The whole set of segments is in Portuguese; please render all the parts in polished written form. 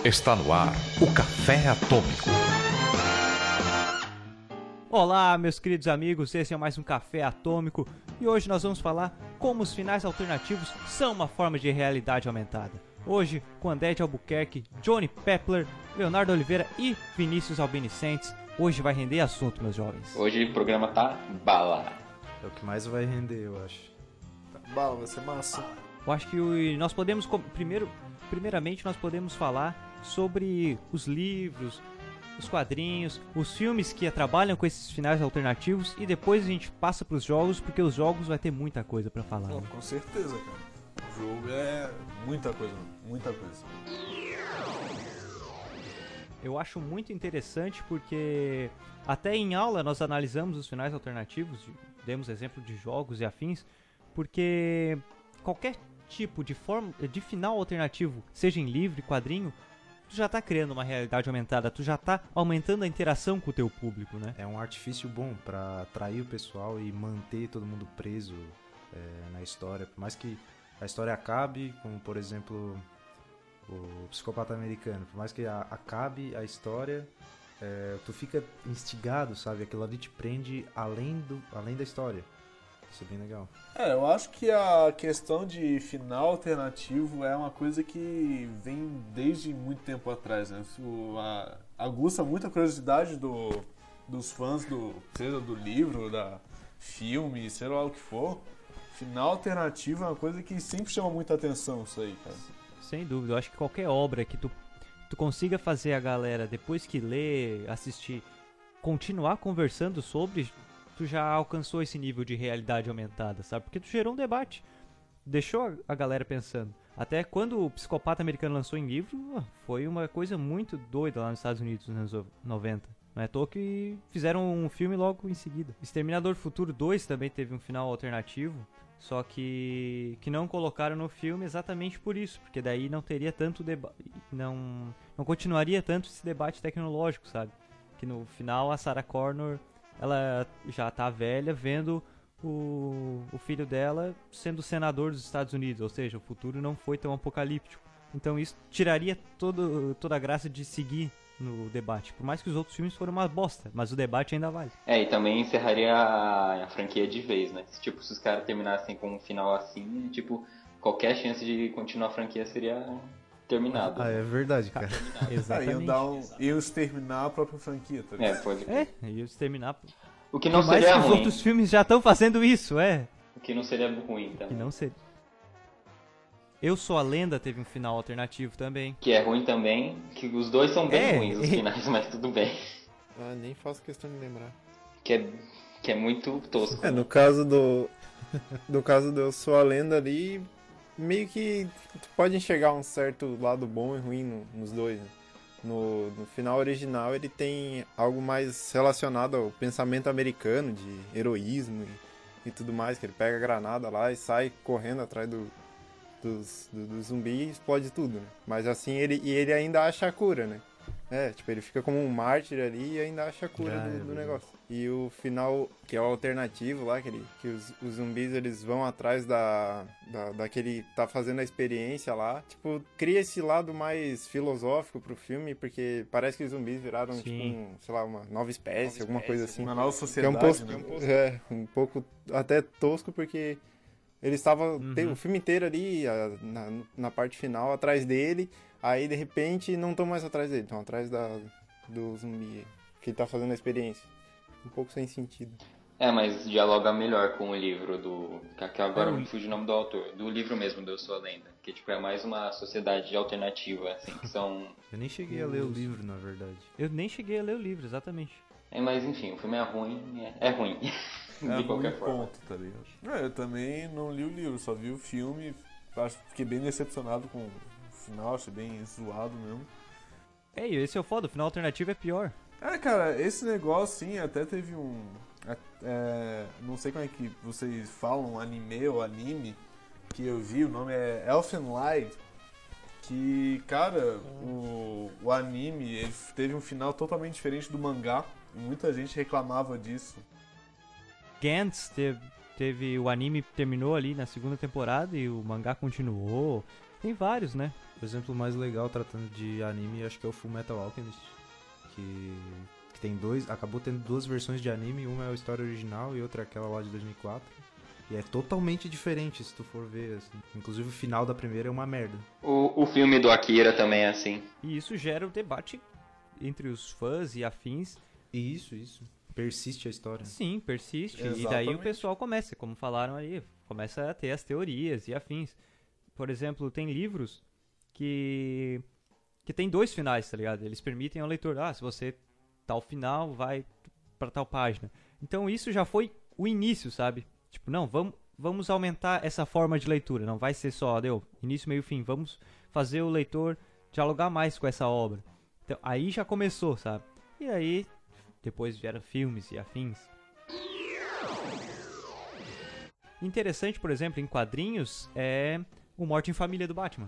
Está no ar o Café Atômico. Olá, meus queridos amigos, esse é mais um Café Atômico e hoje nós vamos falar como os finais alternativos são uma forma de realidade aumentada. Hoje, com André de Albuquerque, Johnny Pepler, Leonardo Oliveira e Vinícius Albinicentes. Hoje vai render assunto, meus jovens. Hoje o programa tá bala. É o que mais vai render, eu acho. Bala, vai ser massa. Eu acho que nós podemos, primeiramente nós podemos falar sobre os livros, os quadrinhos, os filmes que trabalham com esses finais alternativos e depois a gente passa pros jogos, porque os jogos vai ter muita coisa pra falar. Não, com certeza, cara. O jogo é muita coisa, muita coisa. Eu acho muito interessante porque até em aula nós analisamos os finais alternativos, demos exemplo de jogos e afins, porque qualquer tipo de final alternativo, seja em livro, quadrinho, tu já tá criando uma realidade aumentada, tu já tá aumentando a interação com o teu público, né? É um artifício bom pra atrair o pessoal e manter todo mundo preso na história. Por mais que a história acabe, como por exemplo o Psicopata Americano, por mais que acabe a história, tu fica instigado, sabe? Aquilo ali te prende além da história. Isso é bem legal. Eu acho que a questão de final alternativo é uma coisa que vem desde muito tempo atrás, né? Aguça muita curiosidade dos fãs, seja do livro, da filme, seja lá o que for. Final alternativo é uma coisa que sempre chama muita atenção, isso aí, cara. Sem dúvida, eu acho que qualquer obra que tu consiga fazer a galera, depois que lê, assistir, continuar conversando sobre, tu já alcançou esse nível de realidade aumentada, sabe? Porque tu gerou um debate, deixou a galera pensando. Até quando o Psicopata Americano lançou em livro, foi uma coisa muito doida lá nos Estados Unidos nos anos 90. Não é à toa que fizeram um filme logo em seguida. Exterminador do Futuro 2 também teve um final alternativo, só que não colocaram no filme exatamente por isso, porque daí não teria tanto debate, não continuaria tanto esse debate tecnológico, sabe? Que no final a Sarah Connor, ela já tá velha vendo o filho dela sendo senador dos Estados Unidos, ou seja, o futuro não foi tão apocalíptico. Então isso tiraria toda a graça de seguir no debate, por mais que os outros filmes foram uma bosta, mas o debate ainda vale. E também encerraria a franquia de vez, né? Se os caras terminassem com um final assim, qualquer chance de continuar a franquia seria terminada. É verdade, cara. Exatamente. Iam exterminar a própria franquia, tá ligado? Pode. Ia exterminar. O que não Por mais seria que ruim. os outros filmes já estão fazendo isso, O que não seria ruim, então. Que não seria. Eu Sou a Lenda teve um final alternativo também. Que é ruim também, que os dois são bem ruins, os finais, mas tudo bem. Nem faço questão de lembrar. Que é muito tosco. No caso do Eu Sou a Lenda ali, meio que tu pode enxergar um certo lado bom e ruim nos dois, né? No final original ele tem algo mais relacionado ao pensamento americano de heroísmo e tudo mais, que ele pega a granada lá e sai correndo atrás do zumbi e explode tudo, né? Mas assim, ele ainda acha a cura, né? Ele fica como um mártir ali e ainda acha a cura do negócio. E o final, que é o alternativo lá, que os zumbis eles vão atrás daquele que tá fazendo a experiência lá. Cria esse lado mais filosófico pro filme, porque parece que os zumbis viraram, uma nova espécie, alguma coisa assim. Uma nova sociedade, um pouco até tosco, porque ele estava o filme inteiro ali, na parte final, atrás dele. Aí, de repente, não estão mais atrás dele. Estão atrás do zumbi que ele tá fazendo a experiência. Um pouco sem sentido. Mas dialoga melhor com o livro que agora me fugiu o nome do autor. Do livro mesmo, do Eu Sou a Lenda. Que, é mais uma sociedade alternativa, assim, que são... Eu nem cheguei a ler o livro, na verdade. Eu nem cheguei a ler o livro, exatamente. Mas, enfim, o filme é ruim. É ruim. De qualquer forma. Ponto, tá ligado? Eu também não li o livro, só vi o filme. Fiquei bem decepcionado com o final, achei bem zoado mesmo. Esse é o foda, o final alternativo é pior. Cara, esse negócio, sim, até teve um... não sei como é que vocês falam, anime ou anime, que eu vi, o nome é Elfen Lied, que, cara, o anime ele teve um final totalmente diferente do mangá, e muita gente reclamava disso. Gantz teve o anime terminou ali na segunda temporada e o mangá continuou. Tem vários, né? O exemplo mais legal tratando de anime acho que é o Fullmetal Alchemist, que tem acabou tendo duas versões de anime, uma é a história original e outra é aquela lá de 2004. E é totalmente diferente se tu for ver, assim. Inclusive o final da primeira é uma merda. O filme do Akira também é assim. E isso gera o debate entre os fãs e afins. Isso. Persiste a história. Sim, persiste. E daí Exatamente. o pessoal começa, como falaram aí, começa a ter as teorias e afins. Por exemplo, tem livros que tem dois finais, tá ligado? Eles permitem ao leitor, se você tal final, vai pra tal página. Então isso já foi o início, sabe? Tipo, não, vamos aumentar essa forma de leitura. Não vai ser só, início, meio, fim. Vamos fazer o leitor dialogar mais com essa obra. Então, aí já começou, sabe? E aí, depois vieram filmes e afins. Interessante, por exemplo, em quadrinhos, é o Morte em Família do Batman.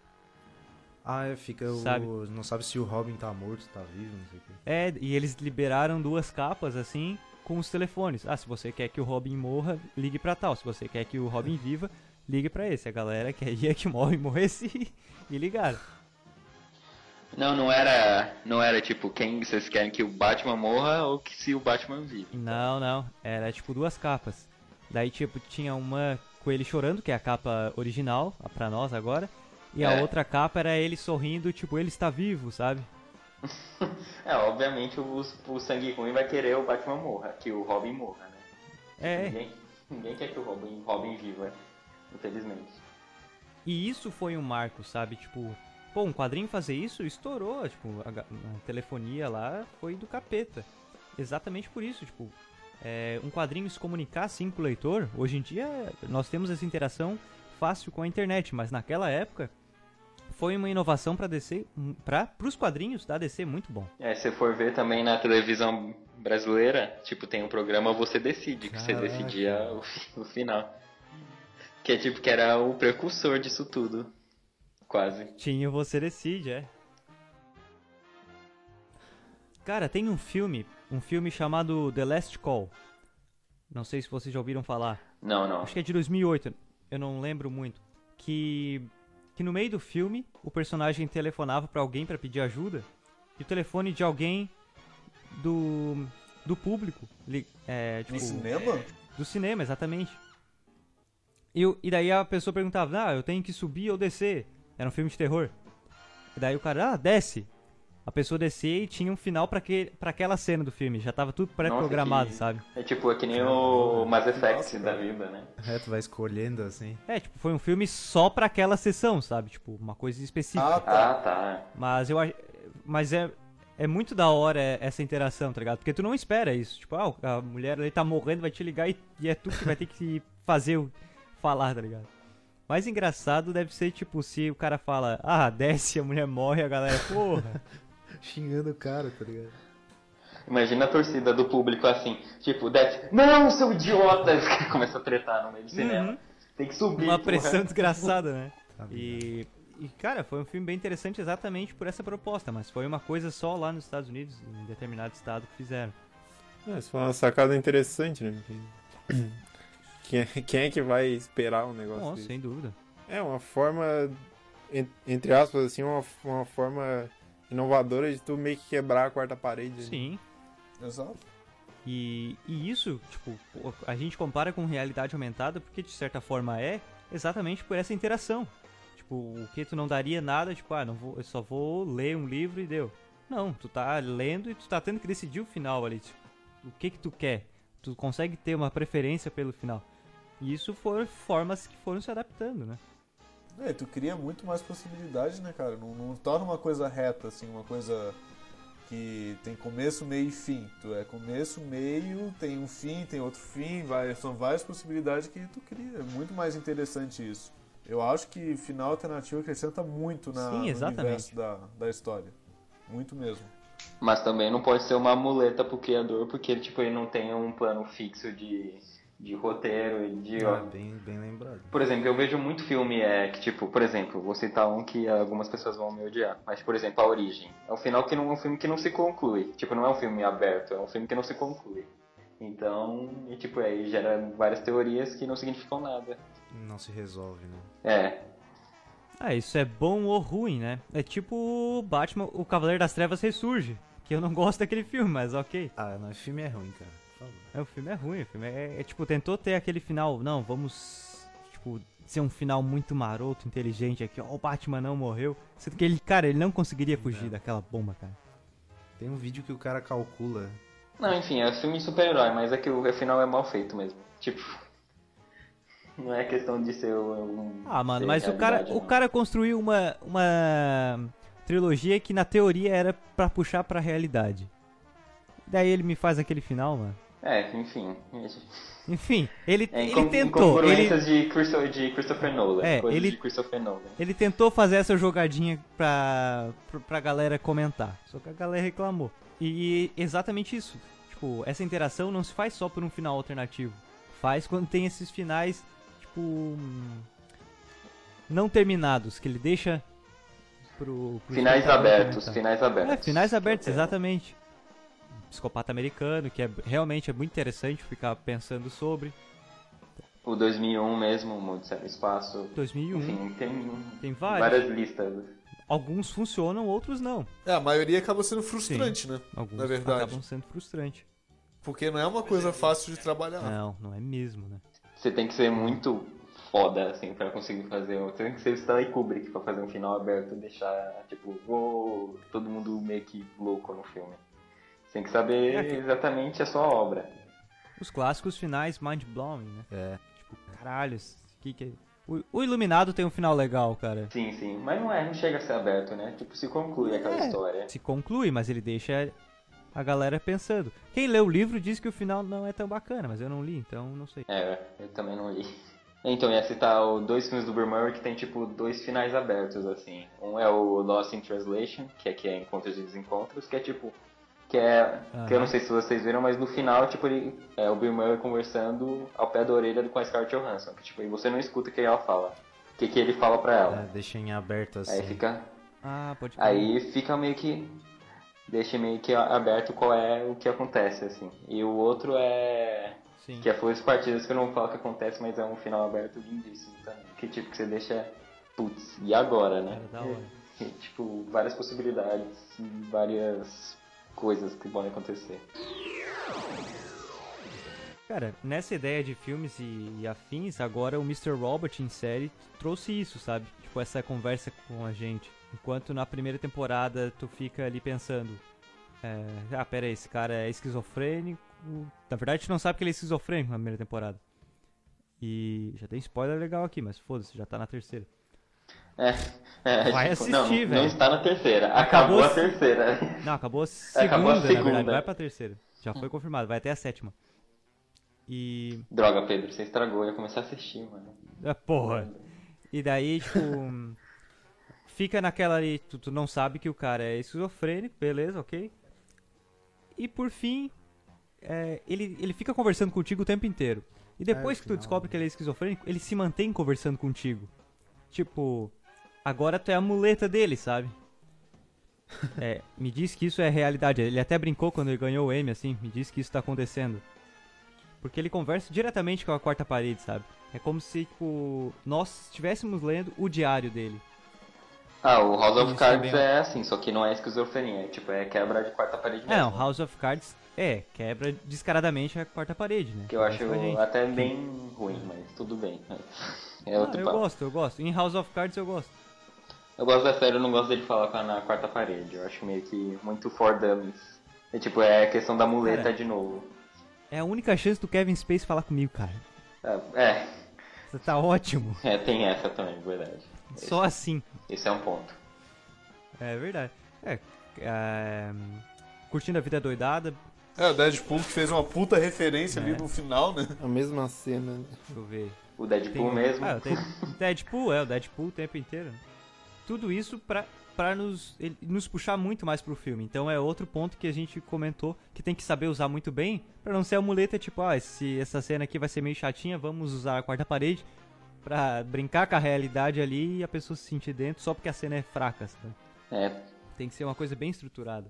Fica Sabe? não sabe se o Robin tá morto, tá vivo, não sei o quê. E eles liberaram duas capas, assim, com os telefones. Se você quer que o Robin morra, ligue pra tal. Se você quer que o Robin viva, ligue pra esse. A galera queria que o Robin morresse e ligaram. Não era tipo, quem vocês querem que o Batman morra ou que se o Batman vive. Não. Era tipo duas capas. Daí, tipo, tinha uma com ele chorando, que é a capa original, pra nós agora. E a outra capa era ele sorrindo, tipo, ele está vivo, sabe? Obviamente o sangue ruim vai querer o Batman morra, que o Robin morra, né? Ninguém quer que o Robin viva, infelizmente. E isso foi um marco, sabe? Tipo, um quadrinho fazer isso estourou, tipo, a telefonia lá foi do capeta. Exatamente por isso, tipo, um quadrinho se comunicar assim com o leitor, hoje em dia nós temos essa interação fácil com a internet, mas naquela época foi uma inovação para DC, pros quadrinhos da DC muito bom. Se for ver também na televisão brasileira, tipo, tem um programa Você Decide, que você Caraca. decidia o final. Que é tipo, que era o precursor disso tudo, quase. Tinha o Você Decide, Cara, tem um filme chamado The Last Call. Não sei se vocês já ouviram falar. Não. Acho que é de 2008, eu não lembro muito. Que no meio do filme, o personagem telefonava pra alguém pra pedir ajuda. E o telefone de alguém do público. No cinema? Do cinema, exatamente. E daí a pessoa perguntava, eu tenho que subir ou descer? Era um filme de terror. E daí o cara, desce. A pessoa descia e tinha um final pra aquela cena do filme. Já tava tudo pré-programado, sabe? É que nem o Mass Effect da vida, né? Tu vai escolhendo, assim. Tipo, foi um filme só pra aquela sessão, sabe? Tipo, uma coisa específica. Tá. Mas é muito da hora essa interação, tá ligado? Porque tu não espera isso. Tipo, a mulher ali tá morrendo, vai te ligar e é tu que vai ter que falar, tá ligado? Mais engraçado deve ser, tipo, se o cara fala, desce, a mulher morre, a galera, porra. Xingando o cara, tá ligado? Imagina a torcida do público assim, tipo, desce, não, seu idiota! Começa a tretar no meio do cinema. Tem que subir. Uma porra. pressão desgraçada, né? Tá E, cara, foi um filme bem interessante exatamente por essa proposta, mas foi uma coisa só lá nos Estados Unidos, em determinado estado que fizeram. Isso foi uma sacada interessante, né? Quem é que vai esperar um negócio Nossa, desse? sem dúvida. É uma forma, entre aspas, assim, uma forma inovadora de tu meio que quebrar a quarta parede. Sim. Exato. E isso, tipo, a gente compara com realidade aumentada porque de certa forma é exatamente por essa interação. Tipo, o que tu não daria nada, tipo, eu só vou ler um livro e deu. Não, tu tá lendo e tu tá tendo que decidir o final ali. Tipo, o que tu quer. Tu consegue ter uma preferência pelo final. E isso foram formas que foram se adaptando, né? Tu cria muito mais possibilidades, né, cara? Não torna uma coisa reta, assim, uma coisa que tem começo, meio e fim. Tu é começo, meio, tem um fim, tem outro fim, são várias possibilidades que tu cria. É muito mais interessante isso. Eu acho que final alternativo acrescenta muito no universo da história. Muito mesmo. Mas também não pode ser uma muleta pro criador, porque ele não tem um plano fixo de roteiro e de... Bem lembrado. Por exemplo, eu vejo muito filme que, tipo, por exemplo, vou citar um que algumas pessoas vão me odiar, mas, por exemplo, A Origem. É um final que não é um filme que não se conclui. Tipo, não é um filme aberto, é um filme que não se conclui. Então, e tipo, aí gera várias teorias que não significam nada. Não se resolve, né? É, Ah, isso é bom ou ruim, né? É tipo o Batman, o Cavaleiro das Trevas ressurge. Que eu não gosto daquele filme, mas ok. Ah, não, o filme é ruim, cara. Por favor. O filme é ruim, o filme tipo, tentou ter aquele final, não, vamos, tipo, ser um final muito maroto, inteligente aqui, ó, o Batman não morreu. Sendo que ele, cara, ele não conseguiria fugir daquela bomba, cara. Tem um vídeo que o cara calcula. não, enfim, é filme de super-herói, mas é que o final é mal feito mesmo. Tipo, não é questão de ser um... Ah, mano, ser mas o realidade, cara construiu uma trilogia que na teoria era pra puxar pra realidade. Daí ele me faz aquele final, mano. É, enfim. Enfim, ele tentou. Incongruências de Christopher Nolan. É, Coisas ele- de Christopher Nolan. Ele tentou fazer essa jogadinha pra galera comentar. Só que a galera reclamou. E exatamente isso. Tipo, essa interação não se faz só por um final alternativo. Faz quando tem esses finais, tipo, não terminados, que ele deixa pro Finais espectador abertos, comentar. finais abertos. É, finais abertos, Ok. exatamente. Psicopata Americano, que realmente é muito interessante ficar pensando sobre. O 2001 mesmo, o Mundo Céu e Espaço. 2001, Enfim, tem vários. várias listas. Alguns funcionam, outros não. É, a maioria acaba sendo frustrante, né? Alguns Na verdade. acabam sendo frustrantes. Porque não é uma coisa fácil de trabalhar. Não é mesmo, né? Você tem que ser muito foda, assim, pra conseguir fazer... Você tem que ser Stanley Kubrick pra fazer um final aberto e deixar, tipo, todo mundo meio que louco no filme. Você tem que saber exatamente a sua obra. Os clássicos finais mind-blowing, né? É. Tipo, caralho, que é... O Iluminado tem um final legal, cara. Sim, sim. Mas não chega a ser aberto, né? Tipo, se conclui aquela história. Se conclui, mas ele deixa a galera pensando. Quem lê o livro diz que o final não é tão bacana, mas eu não li, então não sei. É, eu também não li. Então, ia citar dois filmes do Bill Murray que tem, tipo, dois finais abertos, assim. Um é o Lost in Translation, que aqui é Encontros e Desencontros, que é, tipo... Que eu não sei se vocês viram, mas no final, tipo, o Bill Murray conversando ao pé da orelha com a Scarlett Johansson. Que, tipo, e você não escuta o que ela fala. O que ele fala pra ela. Deixa em aberto assim. Aí fica... Ah, pode crer. Aí fica meio que... Deixa meio que aberto qual é o que acontece, assim. E o outro é... Sim. Que é Flores Partidas, que eu não vou falar o que acontece, mas é um final aberto lindíssimo também. Que tipo, que você deixa... Putz, e agora, né? Era da hora. E, tipo, várias possibilidades, várias coisas que podem acontecer. Cara, nessa ideia de filmes e afins, agora o Mr. Robot em série trouxe isso, sabe? Tipo, essa conversa com a gente. Enquanto na primeira temporada tu fica ali pensando... pera aí, esse cara é esquizofrênico... Na verdade, tu não sabe que ele é esquizofrênico na primeira temporada. E já tem spoiler legal aqui, mas foda-se, já tá na terceira. Vai assistir, não, velho. Não está na terceira. Acabou Acabou a terceira. Não, acabou a segunda, Acabou a na segunda. verdade, vai pra terceira. Já foi confirmado, vai até a sétima. E... Droga, Pedro, você estragou. Eu ia começar a assistir, mano. Porra. E daí, tipo... fica naquela ali, tu não sabe que o cara é esquizofrênico, beleza, ok. E por fim, ele fica conversando contigo o tempo inteiro. E depois que tu descobre que ele é esquizofrênico, ele se mantém conversando contigo. Tipo, agora tu é a muleta dele, sabe? Me diz que isso é realidade. Ele até brincou quando ele ganhou o Emmy, assim, me diz que isso tá acontecendo. Porque ele conversa diretamente com a quarta parede, sabe? É como se, tipo, nós estivéssemos lendo o diário dele. O House of Isso Cards também é assim, só que não é esquizofrenia. Tipo, é quebra de quarta parede mesmo. Não, House of Cards quebra descaradamente a quarta parede, né? Que eu acho Conversa com a gente. até bem ruim, mas tudo bem. É outro eu papo. gosto. Em House of Cards eu gosto. Eu gosto da série, eu não gosto dele falar na quarta parede. Eu acho meio que muito for dummies. E, tipo, é a questão da muleta Cara. de novo. É a única chance do Kevin Space falar comigo, cara. Você tá ótimo. Tem essa também, verdade. Só assim. Esse é um ponto. É verdade. Curtindo a vida doidada. O Deadpool que fez uma puta referência ali no final, né? A mesma cena. Né? Deixa eu ver. O Deadpool mesmo. O Deadpool o tempo inteiro. Tudo isso pra nos puxar muito mais pro filme. Então é outro ponto que a gente comentou que tem que saber usar muito bem pra não ser a muleta tipo, essa cena aqui vai ser meio chatinha, vamos usar a quarta parede pra brincar com a realidade ali e a pessoa se sentir dentro só porque a cena é fraca, sabe? Tem que ser uma coisa bem estruturada.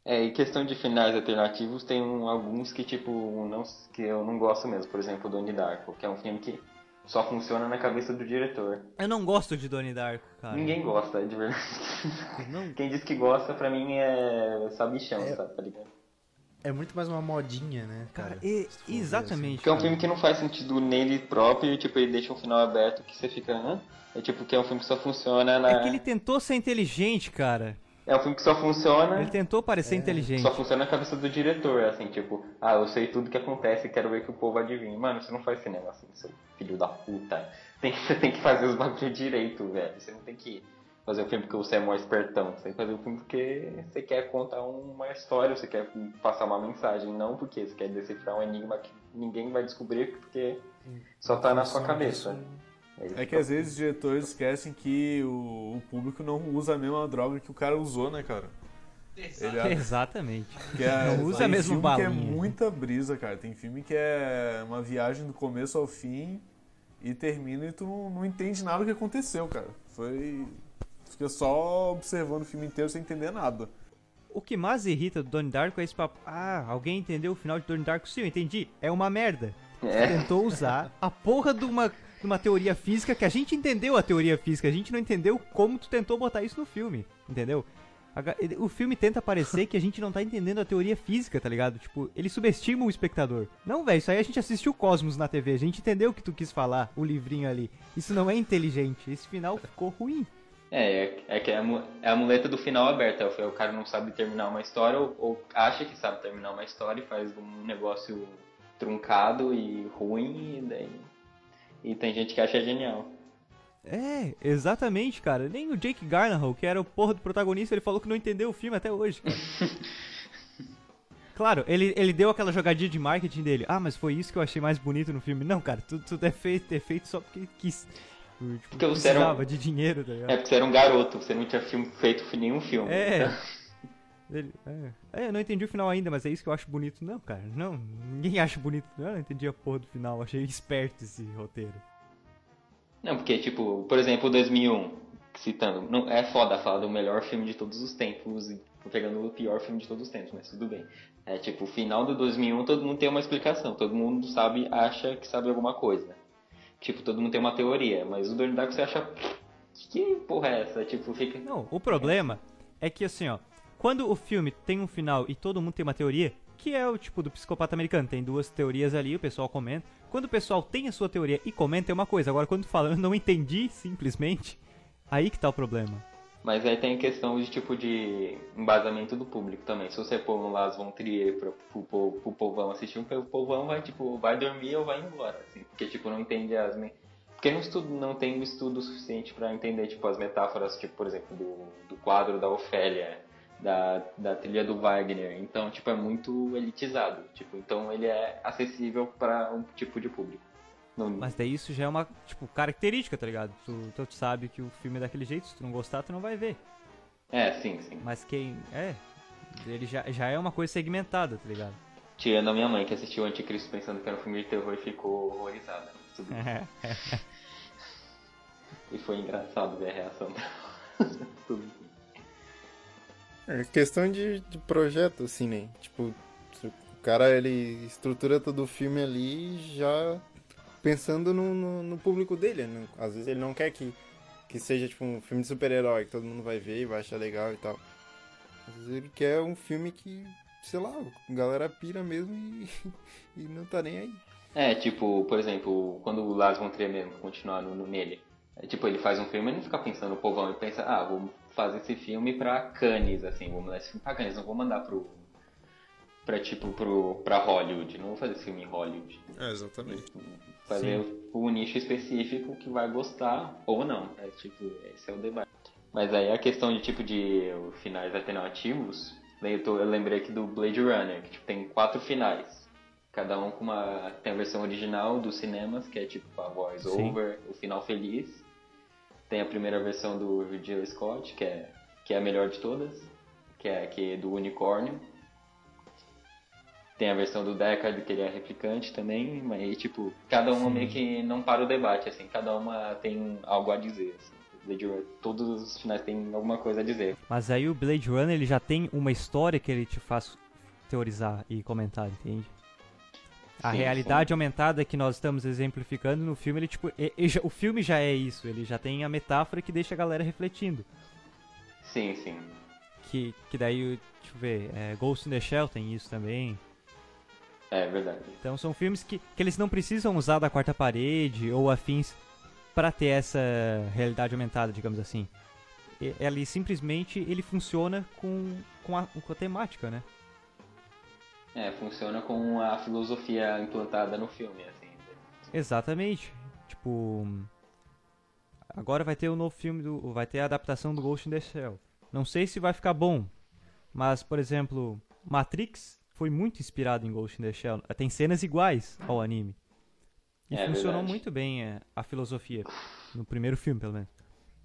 E questão de finais alternativos, tem alguns que, tipo, que eu não gosto mesmo. Por exemplo, Donnie Darko, que é um filme que só funciona na cabeça do diretor. Eu não gosto de Donnie Darko, cara. Ninguém gosta, de verdade. Não... Quem diz que gosta, pra mim, é sabichão, sabe? Tá ligado? É muito mais uma modinha, né, cara? Exatamente. Porque é um filme que não faz sentido nele próprio, tipo, ele deixa um final aberto que você fica, hã? É tipo, que é um filme que só funciona na... É que ele tentou ser inteligente, cara. É um filme que só funciona... Ele tentou parecer inteligente. Só funciona na cabeça do diretor, assim, tipo... Ah, eu sei tudo que acontece e quero ver que o povo adivinha. Mano, você não faz cinema assim, seu filho da puta. Você tem que fazer os bagulho direito, velho. Você não tem que fazer um filme porque você é mó espertão. Você tem que fazer um filme porque você quer contar uma história, você quer passar uma mensagem. Não porque você quer decifrar um enigma que ninguém vai descobrir porque só tá na sua cabeça. É que às vezes os diretores esquecem que o público não usa a mesma droga que o cara usou, né, cara? Exatamente. Não usa mesmo filme balinha. que é muita brisa, cara. Tem filme que é uma viagem do começo ao fim e termina e tu não entende nada do que aconteceu, cara. Fica só observando o filme inteiro sem entender nada. O que mais irrita do Donnie Darko é esse papo. Ah, alguém entendeu o final de Donnie Darko? Sim, eu entendi. É uma merda. Tentou usar a porra de uma teoria física que a gente entendeu a teoria física. A gente não entendeu como tu tentou botar isso no filme, entendeu? O filme tenta parecer que a gente não tá entendendo a teoria física, tá ligado? Tipo, ele subestima o espectador. Não, velho, isso aí a gente assistiu Cosmos na TV. A gente entendeu o que tu quis falar, o livrinho ali. Isso não é inteligente. Esse final ficou ruim. É que é a muleta do final aberto. O cara não sabe terminar uma história ou acha que sabe terminar uma história e faz um negócio truncado e ruim e tem gente que acha genial. É, exatamente, cara. Nem o Jake Gyllenhaal, que era o porra do protagonista, ele falou que não entendeu o filme até hoje, cara. Claro, ele deu aquela jogadinha de marketing dele. Ah, mas foi isso que eu achei mais bonito no filme. Não, cara, tudo é feito só porque quis. Tipo, porque você era de dinheiro, tá ligado? É porque você era um garoto, você não tinha feito nenhum filme. Eu não entendi o final ainda, mas é isso que eu acho bonito. Não, cara, não, ninguém acha bonito. Eu não entendi a porra do final, achei esperto esse roteiro. Não, porque, tipo, por exemplo, 2001, citando, não, é foda falar do melhor filme de todos os tempos, pegando o pior filme de todos os tempos, mas tudo bem. É tipo, o final do 2001 todo mundo tem uma explicação, todo mundo acha que sabe alguma coisa. Tipo, todo mundo tem uma teoria, mas o Donnie Darko você acha, que porra é essa? Tipo, fica... Não, o problema é que assim, ó, quando o filme tem um final e todo mundo tem uma teoria, que é o tipo do Psicopata Americano, tem duas teorias ali, o pessoal comenta. Quando o pessoal tem a sua teoria e comenta é uma coisa, agora quando tu fala eu não entendi, simplesmente, aí que tá o problema. Mas aí tem a questão de tipo de embasamento do público também. Se você pôr um Lars von Trier pro povão assistir, o povão vai tipo, vai dormir ou vai embora, assim, porque tipo não entende porque não tem um estudo suficiente pra entender tipo as metáforas, tipo, por exemplo, do quadro da Ofélia, da trilha do Wagner. Então, tipo, é muito elitizado, tipo, então ele é acessível pra um tipo de público. Mas daí isso já é uma, tipo, característica, tá ligado? Tu sabe que o filme é daquele jeito, se tu não gostar, tu não vai ver. Sim. Mas ele já é uma coisa segmentada, tá ligado? Tirando a minha mãe, que assistiu o Anticristo pensando que era um filme de terror e ficou horrorizada. E foi engraçado ver a reação dela. Tudo. É questão de projeto, assim, né? Tipo, o cara, ele estrutura todo o filme ali já pensando no público dele, né? Às vezes ele não quer que seja tipo um filme de super-herói, que todo mundo vai ver e vai achar legal e tal. Às vezes ele quer um filme que, sei lá, a galera pira mesmo e não tá nem aí. Tipo, por exemplo, quando o Lars von Trier mesmo continuar nele, tipo, ele faz um filme e não fica pensando no povão, ele pensa, vou fazer esse filme pra Cannes, assim, vou mandar esse filme pra Cannes, não vou mandar pra Hollywood, não vou fazer esse filme em Hollywood. Exatamente. Fazer o nicho específico que vai gostar ou não. Esse é o debate. Mas aí a questão de tipo de finais alternativos, eu lembrei aqui do Blade Runner, que tipo, tem 4 finais. Cada um com tem a versão original dos cinemas, que é tipo a voice over, o final feliz. Tem a primeira versão do Ridley Scott, que é a melhor de todas, que é do unicórnio. Tem a versão do Deckard, que ele é replicante também, mas tipo, cada uma meio que não para o debate, assim, cada uma tem algo a dizer, assim, Blade Runner, todos os finais têm alguma coisa a dizer. Mas aí o Blade Runner, ele já tem uma história que ele te faz teorizar e comentar, entende? A Sim, realidade aumentada que nós estamos exemplificando no filme, ele tipo, o filme já é isso, ele já tem a metáfora que deixa a galera refletindo. Sim, sim. Que daí, deixa eu ver, Ghost in the Shell tem isso também. É verdade. Então são filmes que eles não precisam usar da quarta parede ou afins pra ter essa realidade aumentada, digamos assim. Ele simplesmente ele funciona com a temática, né? Funciona com a filosofia implantada no filme, assim. Exatamente. Tipo, agora vai ter o novo filme vai ter a adaptação do Ghost in the Shell. Não sei se vai ficar bom, mas por exemplo, Matrix foi muito inspirado em Ghost in the Shell. Tem cenas iguais ao anime. E funcionou verdade. muito bem a filosofia no primeiro filme, pelo menos.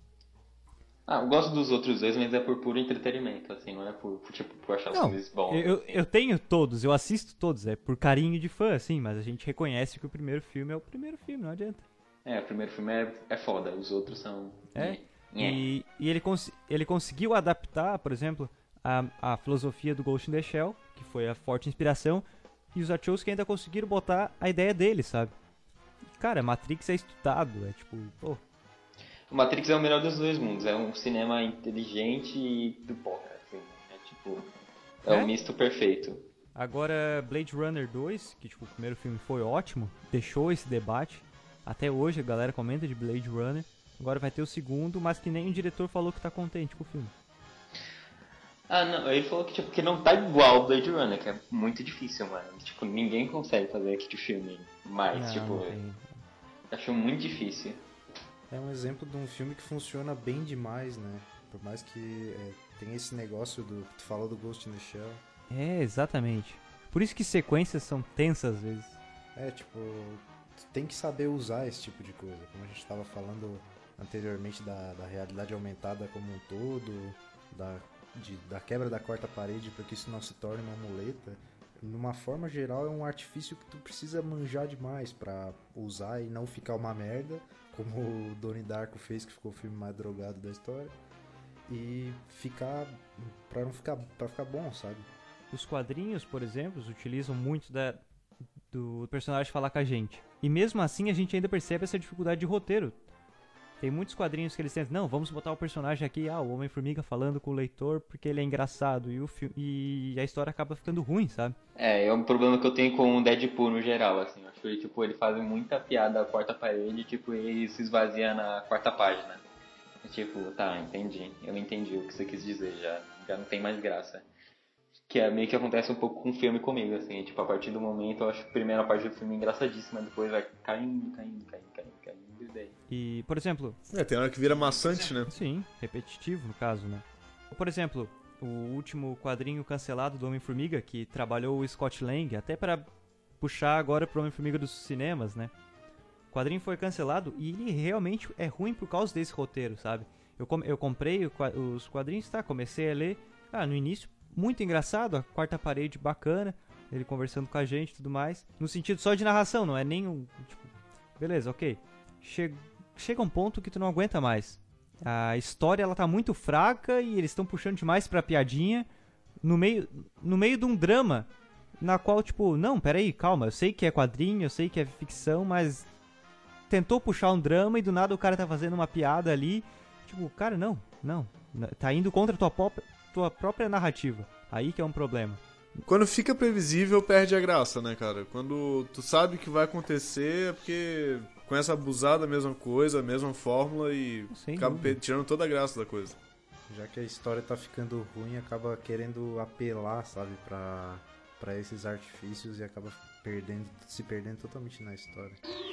Eu gosto dos outros dois, mas é por puro entretenimento, assim, não é por achar os filmes bons. assim. Eu tenho todos, eu assisto todos, é por carinho de fã, assim, mas a gente reconhece que o primeiro filme é o primeiro filme, não adianta. O primeiro filme é foda, os outros são... E ele conseguiu adaptar, por exemplo, a filosofia do Ghost in the Shell, que foi a forte inspiração, e os Wachowski ainda conseguiram botar a ideia dele, sabe? Cara, Matrix é estudado, é tipo, pô... O Matrix é o melhor dos dois mundos, é um cinema inteligente e pipoca, assim, é um misto perfeito. Agora, Blade Runner 2, que tipo, o primeiro filme foi ótimo, deixou esse debate, até hoje a galera comenta de Blade Runner, agora vai ter o segundo, mas que nem o diretor falou que tá contente com o filme. Não, ele falou que, que não tá igual ao Blade Runner, que é muito difícil, mano. Tipo, ninguém consegue fazer aquele filme mais, acho muito difícil. É um exemplo de um filme que funciona bem demais, né? Por mais que tenha esse negócio que tu falou do Ghost in the Shell. Exatamente. Por isso que sequências são tensas às vezes. Tu tem que saber usar esse tipo de coisa. Como a gente estava falando anteriormente da realidade aumentada como um todo, da quebra da quarta parede para que isso não se torne uma muleta. Numa forma geral é um artifício que tu precisa manjar demais para usar e não ficar uma merda, como o Donnie Darko fez, que ficou o filme mais drogado da história, e para ficar bom, sabe? Os quadrinhos, por exemplo, utilizam muito do personagem falar com a gente. E mesmo assim a gente ainda percebe essa dificuldade de roteiro. Tem muitos quadrinhos que eles tentam, não, vamos botar o personagem aqui, o Homem-Formiga falando com o leitor porque ele é engraçado, e a história acaba ficando ruim, sabe? É um problema que eu tenho com o Deadpool no geral, assim. Eu acho que ele faz muita piada à quarta parede, e se esvazia na quarta página. Entendi. Eu entendi o que você quis dizer, já não tem mais graça. Que é meio que acontece um pouco com o filme comigo, assim. A partir do momento, eu acho a primeira parte do filme engraçadíssima, depois vai caindo, e daí. E, por exemplo... tem hora que vira maçante, né? Sim, repetitivo no caso, né? Por exemplo, o último quadrinho cancelado do Homem-Formiga, que trabalhou o Scott Lang, até para puxar agora pro Homem-Formiga dos cinemas, né? O quadrinho foi cancelado e ele realmente é ruim por causa desse roteiro, sabe? Eu comprei os quadrinhos, comecei a ler, no início, muito engraçado, a quarta parede bacana, ele conversando com a gente e tudo mais, no sentido só de narração, não é nem um, beleza, ok. Chega um ponto que tu não aguenta mais. A história, ela tá muito fraca e eles estão puxando demais pra piadinha no meio de um drama, na qual, não, peraí, calma, eu sei que é quadrinho, eu sei que é ficção, mas tentou puxar um drama e do nada o cara tá fazendo uma piada ali, cara, não, tá indo contra a tua própria narrativa. Aí que é um problema. Quando fica previsível, perde a graça, né, cara? Quando tu sabe que vai acontecer, é porque começa a abusar da mesma coisa, a mesma fórmula e acaba tirando toda a graça da coisa. Já que a história tá ficando ruim, acaba querendo apelar, sabe, pra esses artifícios e acaba se perdendo totalmente na história.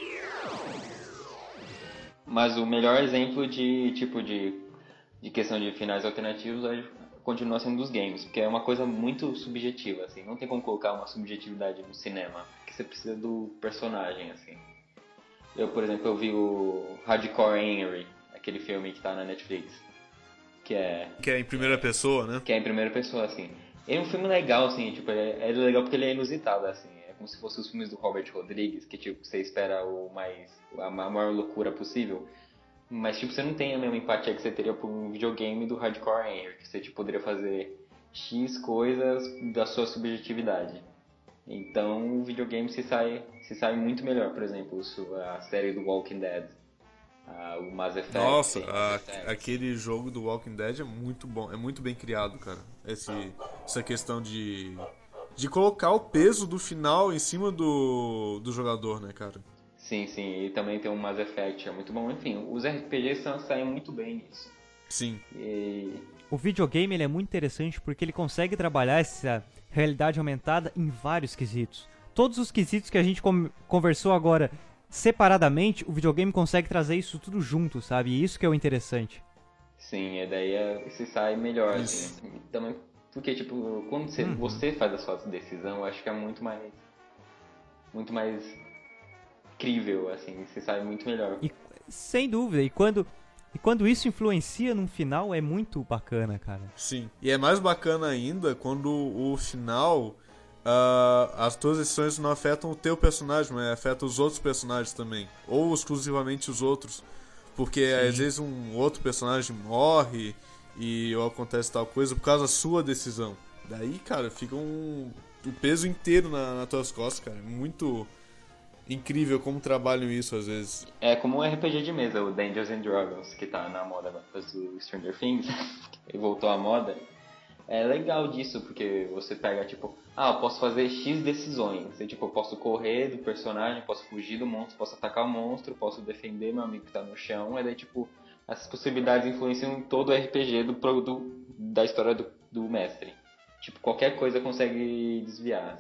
Mas o melhor exemplo de questão de finais alternativos continua sendo dos games, porque é uma coisa muito subjetiva, assim, não tem como colocar uma subjetividade no cinema, porque você precisa do personagem, assim. Eu, por exemplo, eu vi o Hardcore Henry, aquele filme que tá na Netflix, que é em primeira pessoa, né? Que é em primeira pessoa, assim. Ele é um filme legal, assim, é legal porque ele é inusitado, assim, é como se fossem os filmes do Robert Rodrigues, que você espera a maior loucura possível. Mas, tipo, você não tem a mesma empatia que você teria por um videogame do Hardcore Henry, que você, tipo, poderia fazer X coisas da sua subjetividade. Então, o videogame se sai muito melhor. Por exemplo, a série do Walking Dead, o Mass Effect. Nossa, aquele jogo do Walking Dead é muito bom, é muito bem criado, cara. Essa questão de colocar o peso do final em cima do jogador, né, cara? Sim, e também tem o Mass Effect, é muito bom. Enfim, os RPGs saem muito bem nisso. Sim. O videogame ele é muito interessante porque ele consegue trabalhar essa realidade aumentada em vários quesitos. Todos os quesitos que a gente conversou agora separadamente, o videogame consegue trazer isso tudo junto, sabe? E isso que é o interessante. Sim, e daí se sai melhor, assim. Também porque, tipo, quando você faz a sua decisão, eu acho que é muito mais incrível, assim, se sai muito melhor. E, sem dúvida, e quando isso influencia num final, é muito bacana, cara. Sim, e é mais bacana ainda quando o final, as tuas decisões não afetam o teu personagem, mas afetam os outros personagens também, ou exclusivamente os outros, porque às vezes um outro personagem morre ou acontece tal coisa por causa da sua decisão. Daí, cara, fica o peso inteiro nas tuas costas, cara. É muito incrível como trabalham isso às vezes. É como um RPG de mesa, o Dungeons and Dragons, que tá na moda depois do Stranger Things, e voltou à moda. É legal disso, porque você pega, tipo, eu posso fazer X decisões. Eu, tipo, eu posso correr do personagem, posso fugir do monstro, posso atacar o monstro, posso defender meu amigo que tá no chão. E daí, tipo, essas possibilidades influenciam em todo o RPG da história do mestre. Tipo, qualquer coisa consegue desviar.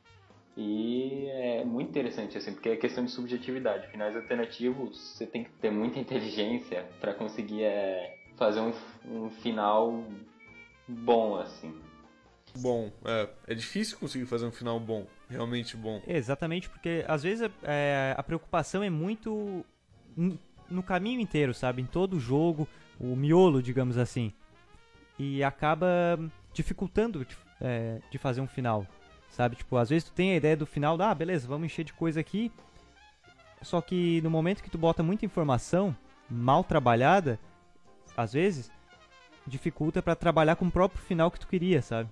E é muito interessante, assim, porque é questão de subjetividade. Finais alternativos, você tem que ter muita inteligência para conseguir fazer um final bom, assim. Bom, é difícil conseguir fazer um final bom, realmente bom. Exatamente, porque às vezes a preocupação é muito no caminho inteiro, sabe? Em todo o jogo, o miolo, digamos assim. E acaba dificultando de fazer um final. Sabe, tipo, às vezes tu tem a ideia do final, beleza, vamos encher de coisa aqui. Só que no momento que tu bota muita informação mal trabalhada, às vezes, dificulta pra trabalhar com o próprio final que tu queria, sabe?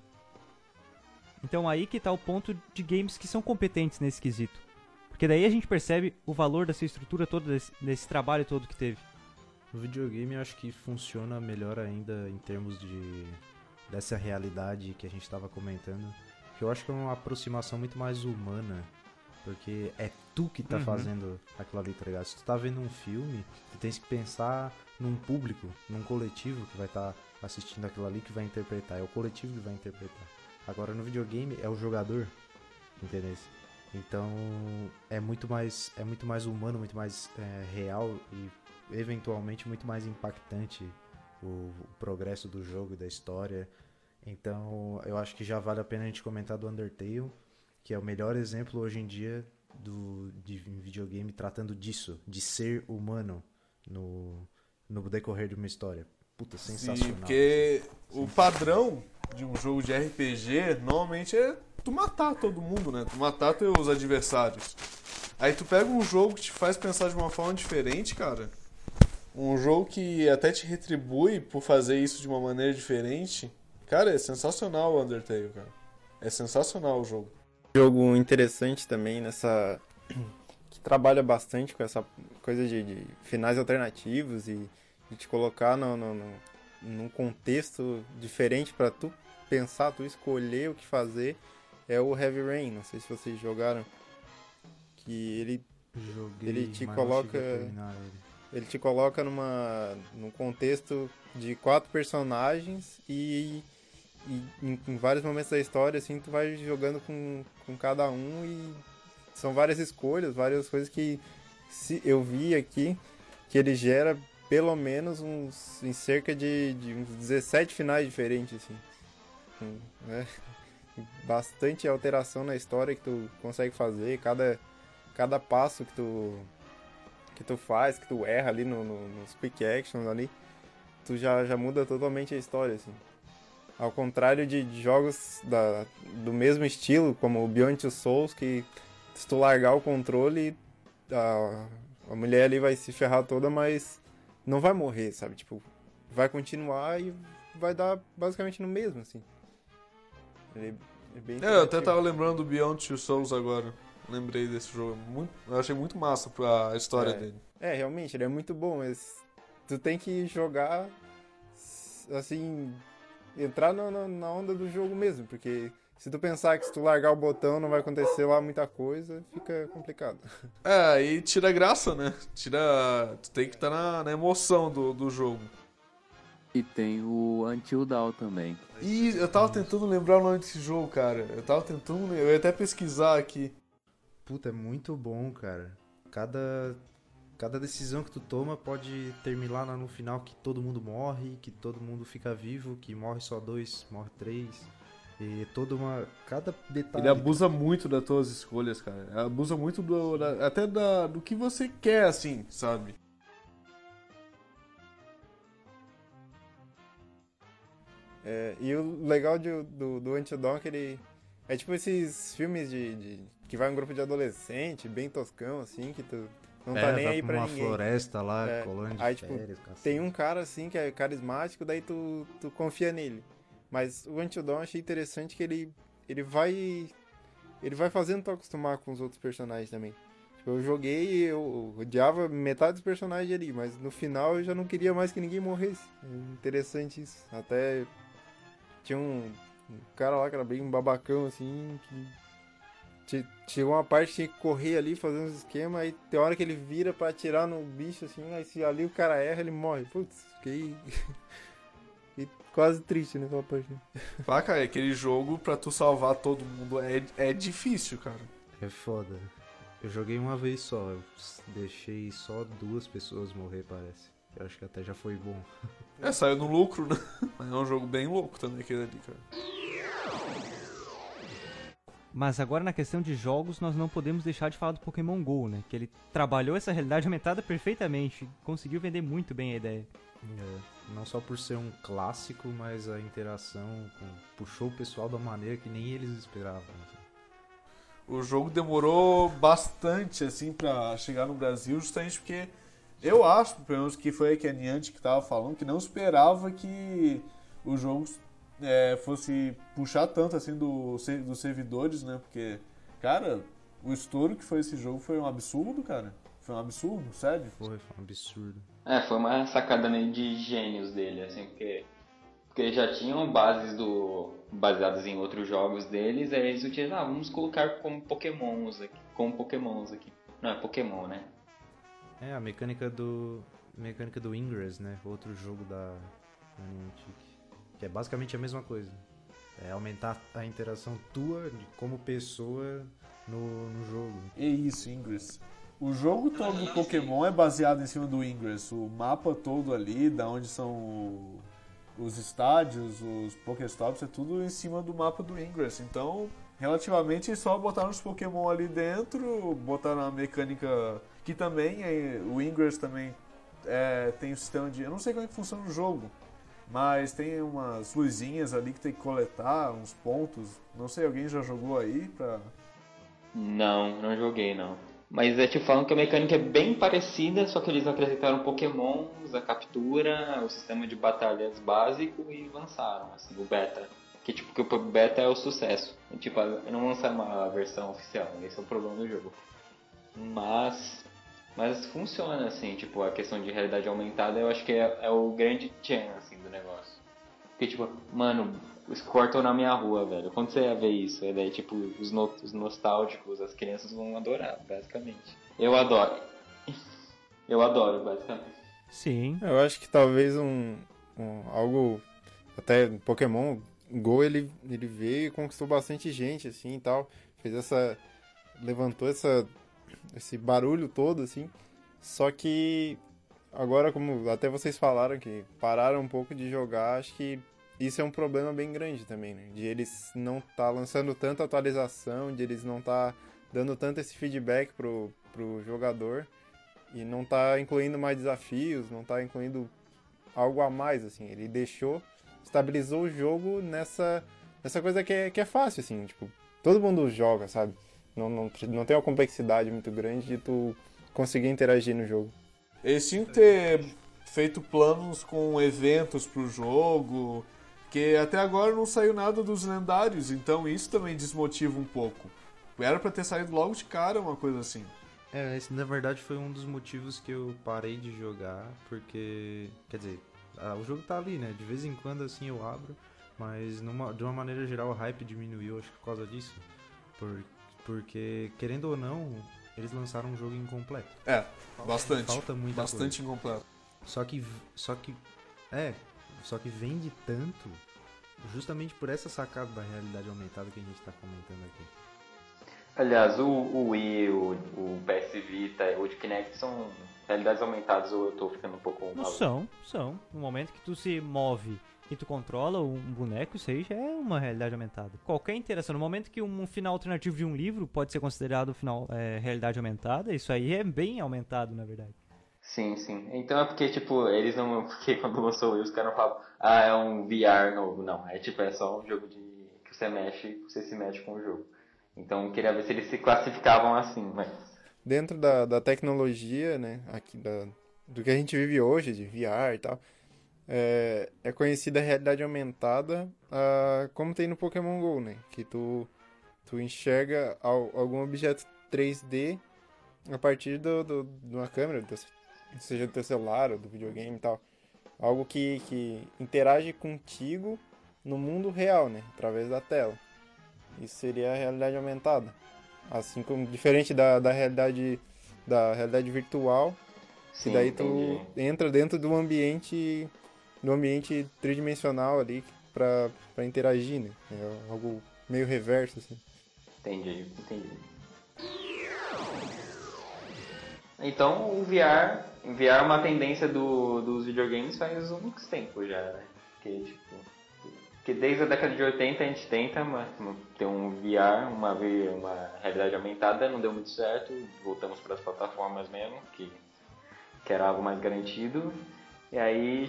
Então aí que tá o ponto de games que são competentes nesse quesito. Porque daí a gente percebe o valor dessa estrutura toda, desse trabalho todo que teve. No videogame eu acho que funciona melhor ainda em termos dessa realidade que a gente tava comentando. Que eu acho que é uma aproximação muito mais humana, porque é tu que tá fazendo aquilo ali, tá ligado? Se tu tá vendo um filme, tu tens que pensar num público, num coletivo que vai estar assistindo aquilo ali, que vai interpretar. É o coletivo que vai interpretar. Agora no videogame é o jogador, entendeu? Então é muito mais humano, muito mais real e eventualmente muito mais impactante o progresso do jogo, da história. Então, eu acho que já vale a pena a gente comentar do Undertale, que é o melhor exemplo hoje em dia de videogame tratando disso, de ser humano no decorrer de uma história. Puta, sensacional. Sim, porque o padrão de um jogo de RPG normalmente é tu matar todo mundo, né? Tu matar teus adversários. Aí tu pega um jogo que te faz pensar de uma forma diferente, cara. Um jogo que até te retribui por fazer isso de uma maneira diferente. Cara, é sensacional o Undertale, cara. É sensacional o jogo. Jogo interessante também que trabalha bastante com essa coisa de finais alternativos e de te colocar num contexto diferente pra tu pensar, tu escolher o que fazer. É o Heavy Rain, não sei se vocês jogaram. Que ele te coloca... Ele te coloca num contexto de 4 personagens e em vários momentos da história, assim, tu vai jogando com cada um e são várias escolhas, várias coisas que eu vi aqui, que ele gera pelo menos em cerca de uns 17 finais diferentes, assim. Né? Bastante alteração na história que tu consegue fazer, cada passo que tu faz, que tu erra ali nos quick actions ali, tu já muda totalmente a história, assim. Ao contrário de jogos do mesmo estilo, como o Beyond Two Souls, que se tu largar o controle, a mulher ali vai se ferrar toda, mas não vai morrer, sabe? Tipo, vai continuar e vai dar basicamente no mesmo, assim. Ele é bem Eu até interativo. tava lembrando do Beyond Two Souls agora. Lembrei desse jogo. Eu achei muito massa a história dele. Realmente, ele é muito bom, mas tu tem que jogar, assim, entrar na onda do jogo mesmo, porque se tu pensar que se tu largar o botão não vai acontecer lá muita coisa, fica complicado. Aí tira a graça, né? Tu tem que estar na emoção do jogo. E tem o Until Dawn também. E eu tava tentando lembrar o nome desse jogo, cara. Eu ia até pesquisar aqui. Puta, é muito bom, cara. Cada decisão que tu toma pode terminar lá no final que todo mundo morre, que todo mundo fica vivo, que morre só 2, morre 3. E cada detalhe. Ele abusa muito das tuas escolhas, cara. Ele abusa muito do que você quer, assim, sabe? E o legal do Until Dawn é que ele é tipo esses filmes que vai um grupo de adolescente, bem toscão, assim, que tu não tá nem vai aí pra uma ninguém. floresta lá, colônia de Aí, tipo, férias, cacete. tem um cara, assim, que é carismático, daí tu confia nele. Mas o Until Dawn eu achei interessante que ele vai fazendo tu acostumar com os outros personagens também. Tipo, eu joguei e eu odiava metade dos personagens ali, mas no final eu já não queria mais que ninguém morresse. É interessante isso. Até tinha um cara lá que era bem babacão, assim, que chegou uma parte que tinha que correr ali, fazer uns esquemas, aí tem hora que ele vira pra atirar no bicho, assim, aí se ali o cara erra, ele morre. Putz, fiquei quase triste naquela parte. Ah, cara, aquele jogo pra tu salvar todo mundo é difícil, cara. É foda. Eu joguei uma vez só, eu deixei só 2 pessoas morrer, parece. Eu acho que até já foi bom. Saiu no lucro, né? Mas é um jogo bem louco também aquele ali, cara. Mas agora na questão de jogos, nós não podemos deixar de falar do Pokémon GO, né? Que ele trabalhou essa realidade aumentada perfeitamente, conseguiu vender muito bem a ideia. Não só por ser um clássico, mas a interação puxou o pessoal da maneira que nem eles esperavam. Assim. O jogo demorou bastante, assim, pra chegar no Brasil, justamente porque eu acho, pelo menos que foi a Niantic que tava falando, que não esperava que o jogo fosse puxar tanto, assim, dos servidores, né? Porque, cara, o estouro que foi esse jogo foi um absurdo, cara. Foi um absurdo, sério. Foi um absurdo. Foi uma sacada meio de gênios dele, assim, porque eles já tinham baseadas em outros jogos deles, aí eles utilizaram, vamos colocar como Pokémons aqui. Não, é Pokémon, né? A mecânica do Ingress, né? Outro jogo da Niantic, que é basicamente a mesma coisa. É aumentar a interação tua como pessoa no jogo. É isso, Ingress. O jogo todo do Pokémon é baseado em cima do Ingress. O mapa todo ali, da onde são os estádios, os Pokéstops, é tudo em cima do mapa do Ingress. Então, relativamente, só botaram os Pokémon ali dentro, botaram a mecânica que também, o Ingress também tem um sistema de... Eu não sei como é que funciona o jogo, mas tem umas luzinhas ali que tem que coletar, uns pontos. Não sei, alguém já jogou aí pra... Não joguei, não. Mas te falam que a mecânica é bem parecida, só que eles acrescentaram Pokémons, a captura, o sistema de batalhas básico e lançaram, assim, o beta. Que o beta é o sucesso. Não lançaram uma versão oficial, esse é o problema do jogo. Mas funciona, assim, a questão de realidade aumentada, eu acho que é o grande tchan, assim, do negócio. Porque, mano, os cortam na minha rua, velho. Quando você ia ver isso, daí, os nostálgicos, as crianças vão adorar, basicamente. Eu adoro. Eu adoro, basicamente. Sim. Eu acho que talvez algo... Até Pokémon GO, ele veio e conquistou bastante gente, assim, e tal. Levantou esse barulho todo, assim. Só que agora, como até vocês falaram que pararam um pouco de jogar, acho que isso é um problema bem grande também, né? De eles não tá lançando tanta atualização, de eles não tá dando tanto esse feedback pro jogador e não tá incluindo mais desafios, não tá incluindo algo a mais, assim. Ele estabilizou o jogo nessa coisa que é fácil, assim, todo mundo joga, sabe? Não tem uma complexidade muito grande de tu conseguir interagir no jogo. Eles tinham que ter feito planos com eventos pro jogo, que até agora não saiu nada dos lendários, então isso também desmotiva um pouco. Era pra ter saído logo de cara uma coisa assim. Esse na verdade foi um dos motivos que eu parei de jogar, porque, quer dizer, o jogo tá ali, né? De vez em quando assim eu abro, mas de uma maneira geral o hype diminuiu, acho que por causa disso. Porque, querendo ou não, eles lançaram um jogo incompleto. Bastante. Falta muita Bastante coisa. incompleto. Só que vende tanto justamente por essa sacada da realidade aumentada que a gente tá comentando aqui. Aliás, o Wii, o PS Vita, o de Kinect são realidades aumentadas ou eu tô ficando um pouco Não maluco? são. No momento que tu se move e tu controla um boneco, isso aí já é uma realidade aumentada. Qualquer interação, no momento que um final alternativo de um livro pode ser considerado realidade aumentada, isso aí é bem aumentado, na verdade. Sim. Então é porque, tipo, eles não... Porque quando lançou o Wii, os caras não falam, é um VR novo. Não, é só um jogo que você se mexe com o jogo. Então eu queria ver se eles se classificavam assim, mas... Dentro da tecnologia, né, aqui do que a gente vive hoje, de VR e tal, é conhecida a realidade aumentada como tem no Pokémon GO, né? Que tu enxerga algum objeto 3D a partir de uma câmera, seja do teu celular ou do videogame e tal. Algo que interage contigo no mundo real, né? Através da tela. Isso seria a realidade aumentada. Assim como diferente da realidade virtual, Sim, que daí entendi. tu entra dentro do ambiente tridimensional ali pra interagir, né? É algo meio reverso, assim. Entendi. Então o VR é uma tendência dos videogames faz uns tempos já, né? Porque desde a década de 80 a gente tenta ter um VR, uma realidade aumentada, não deu muito certo, voltamos para as plataformas mesmo, que era algo mais garantido. E aí,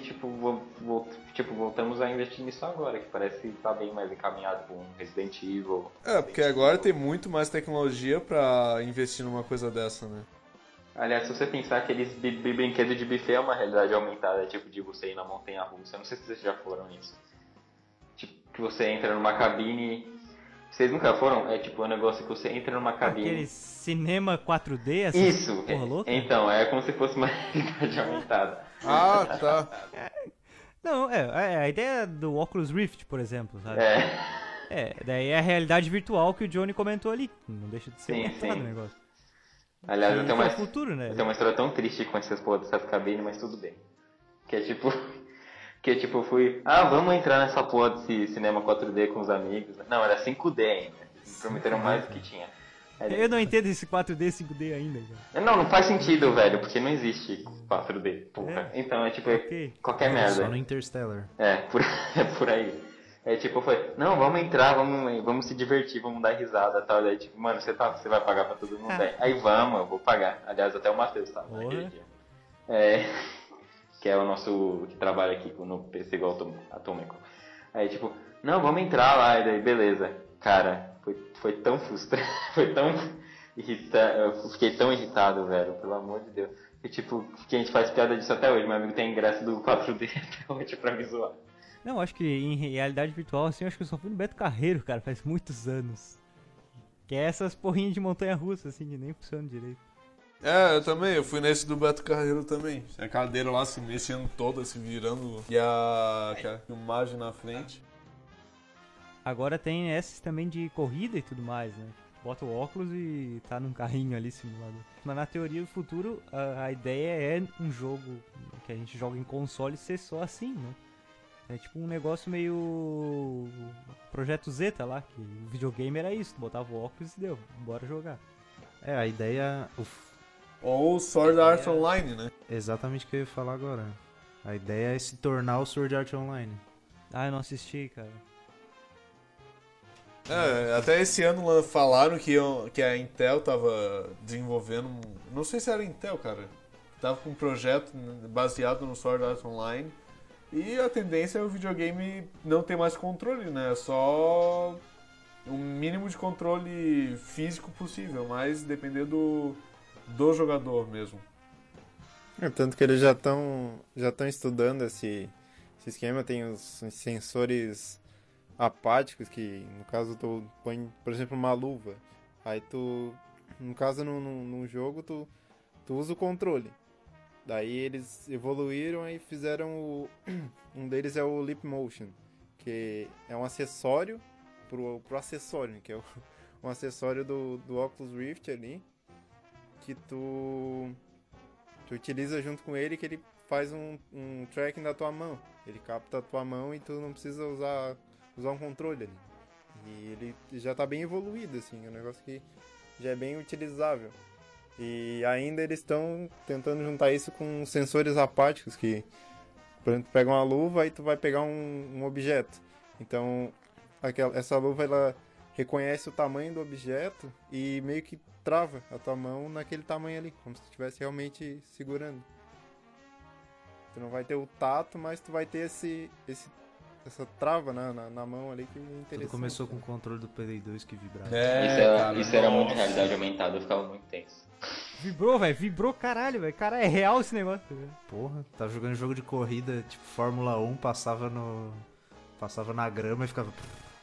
voltamos a investir nisso agora, que parece que tá bem mais encaminhado com Resident Evil. Porque agora tem muito mais tecnologia pra investir numa coisa dessa, né? Aliás, se você pensar que aqueles brinquedos de buffet é uma realidade aumentada, tipo de você ir na montanha-russa, eu não sei se vocês já foram nisso. Tipo, que você entra numa cabine... Vocês nunca foram? É tipo um negócio que você entra numa cabine... Aquele cinema 4D, assim, Isso! porra louca? Então, é como se fosse uma realidade aumentada. Tá. Não, a ideia do Oculus Rift, por exemplo, sabe? Daí é a realidade virtual que o Johnny comentou ali. Não deixa de ser aumentado o negócio. Aliás, eu tenho futuro, né? eu tenho uma história tão triste com essas cabines, mas tudo bem. Que é tipo, eu fui... vamos entrar nessa porra desse cinema 4D com os amigos. Não, era 5D ainda. Me prometeram mais do que tinha. Eu não entendo esse 4D e 5D ainda, cara. Não faz sentido, velho, porque não existe 4D, porra. Então é tipo, qualquer merda. Só no Interstellar. É por aí. Não, vamos entrar, vamos se divertir, vamos dar risada e tal. Daí tipo, mano, você vai pagar pra todo mundo? Aí vamos, eu vou pagar. Aliás, até o Matheus tava naquele dia. Que é o nosso, que trabalha aqui no PC Atômico. Aí tipo, não, vamos entrar lá, e daí beleza. Cara, foi tão frustrante, foi tão irritado, eu fiquei tão irritado, velho, pelo amor de Deus. E tipo, que a gente faz piada disso até hoje, meu amigo tem ingresso do 4D até hoje pra me zoar. Não, acho que em realidade virtual, assim, acho que eu só fui no Beto Carreiro, cara, faz muitos anos. Que é essas porrinhas de montanha-russa, assim, que nem funcionam direito. Eu também, eu fui nesse do Beto Carreiro também. A cadeira lá se mexendo toda, se virando, e a filmagem na frente. Agora tem esses também de corrida e tudo mais, né? Bota o óculos e tá num carrinho ali simulado. Mas na teoria do futuro, a ideia é um jogo que a gente joga em console ser só assim, né? É tipo um negócio meio Projeto Zeta lá, que o videogame era isso, tu botava o óculos e deu, bora jogar. A ideia... Ou Sword Art Online, né? Exatamente o que eu ia falar agora. A ideia é se tornar o Sword Art Online. Eu não assisti, cara. Até esse ano falaram que a Intel tava desenvolvendo não sei se era Intel, cara. Tava com um projeto baseado no Sword Art Online. E a tendência é o videogame não ter mais controle, né? Só um mínimo de controle físico possível, mas depender do jogador mesmo. Tanto que eles já estão estudando esse esquema, tem os sensores apáticos que, no caso, tu põe, por exemplo, uma luva. Aí tu, no caso, num jogo, tu usa o controle. Daí eles evoluíram e fizeram um deles é o Leap Motion, que é um acessório pro acessório, né, que é um acessório do Oculus Rift ali, que tu utiliza junto com ele, que ele faz um tracking da tua mão. Ele capta a tua mão e tu não precisa usar um controle ali. E ele já tá bem evoluído, assim, é um negócio que já é bem utilizável. E ainda eles estão tentando juntar isso com sensores apáticos, que, por exemplo, tu pega uma luva e tu vai pegar um objeto. Então, essa luva, ela reconhece o tamanho do objeto e meio que trava a tua mão naquele tamanho ali, como se tu estivesse realmente segurando. Tu não vai ter o tato, mas tu vai ter essa trava na mão ali, que é interessante. Tudo começou com o controle do Play 2 que vibrava. Isso era muito realidade aumentada, eu ficava muito tenso. Vibrou, velho. Vibrou, caralho, velho. Cara, é real esse negócio, velho. Porra, tava jogando jogo de corrida, tipo Fórmula 1, passava na grama e ficava...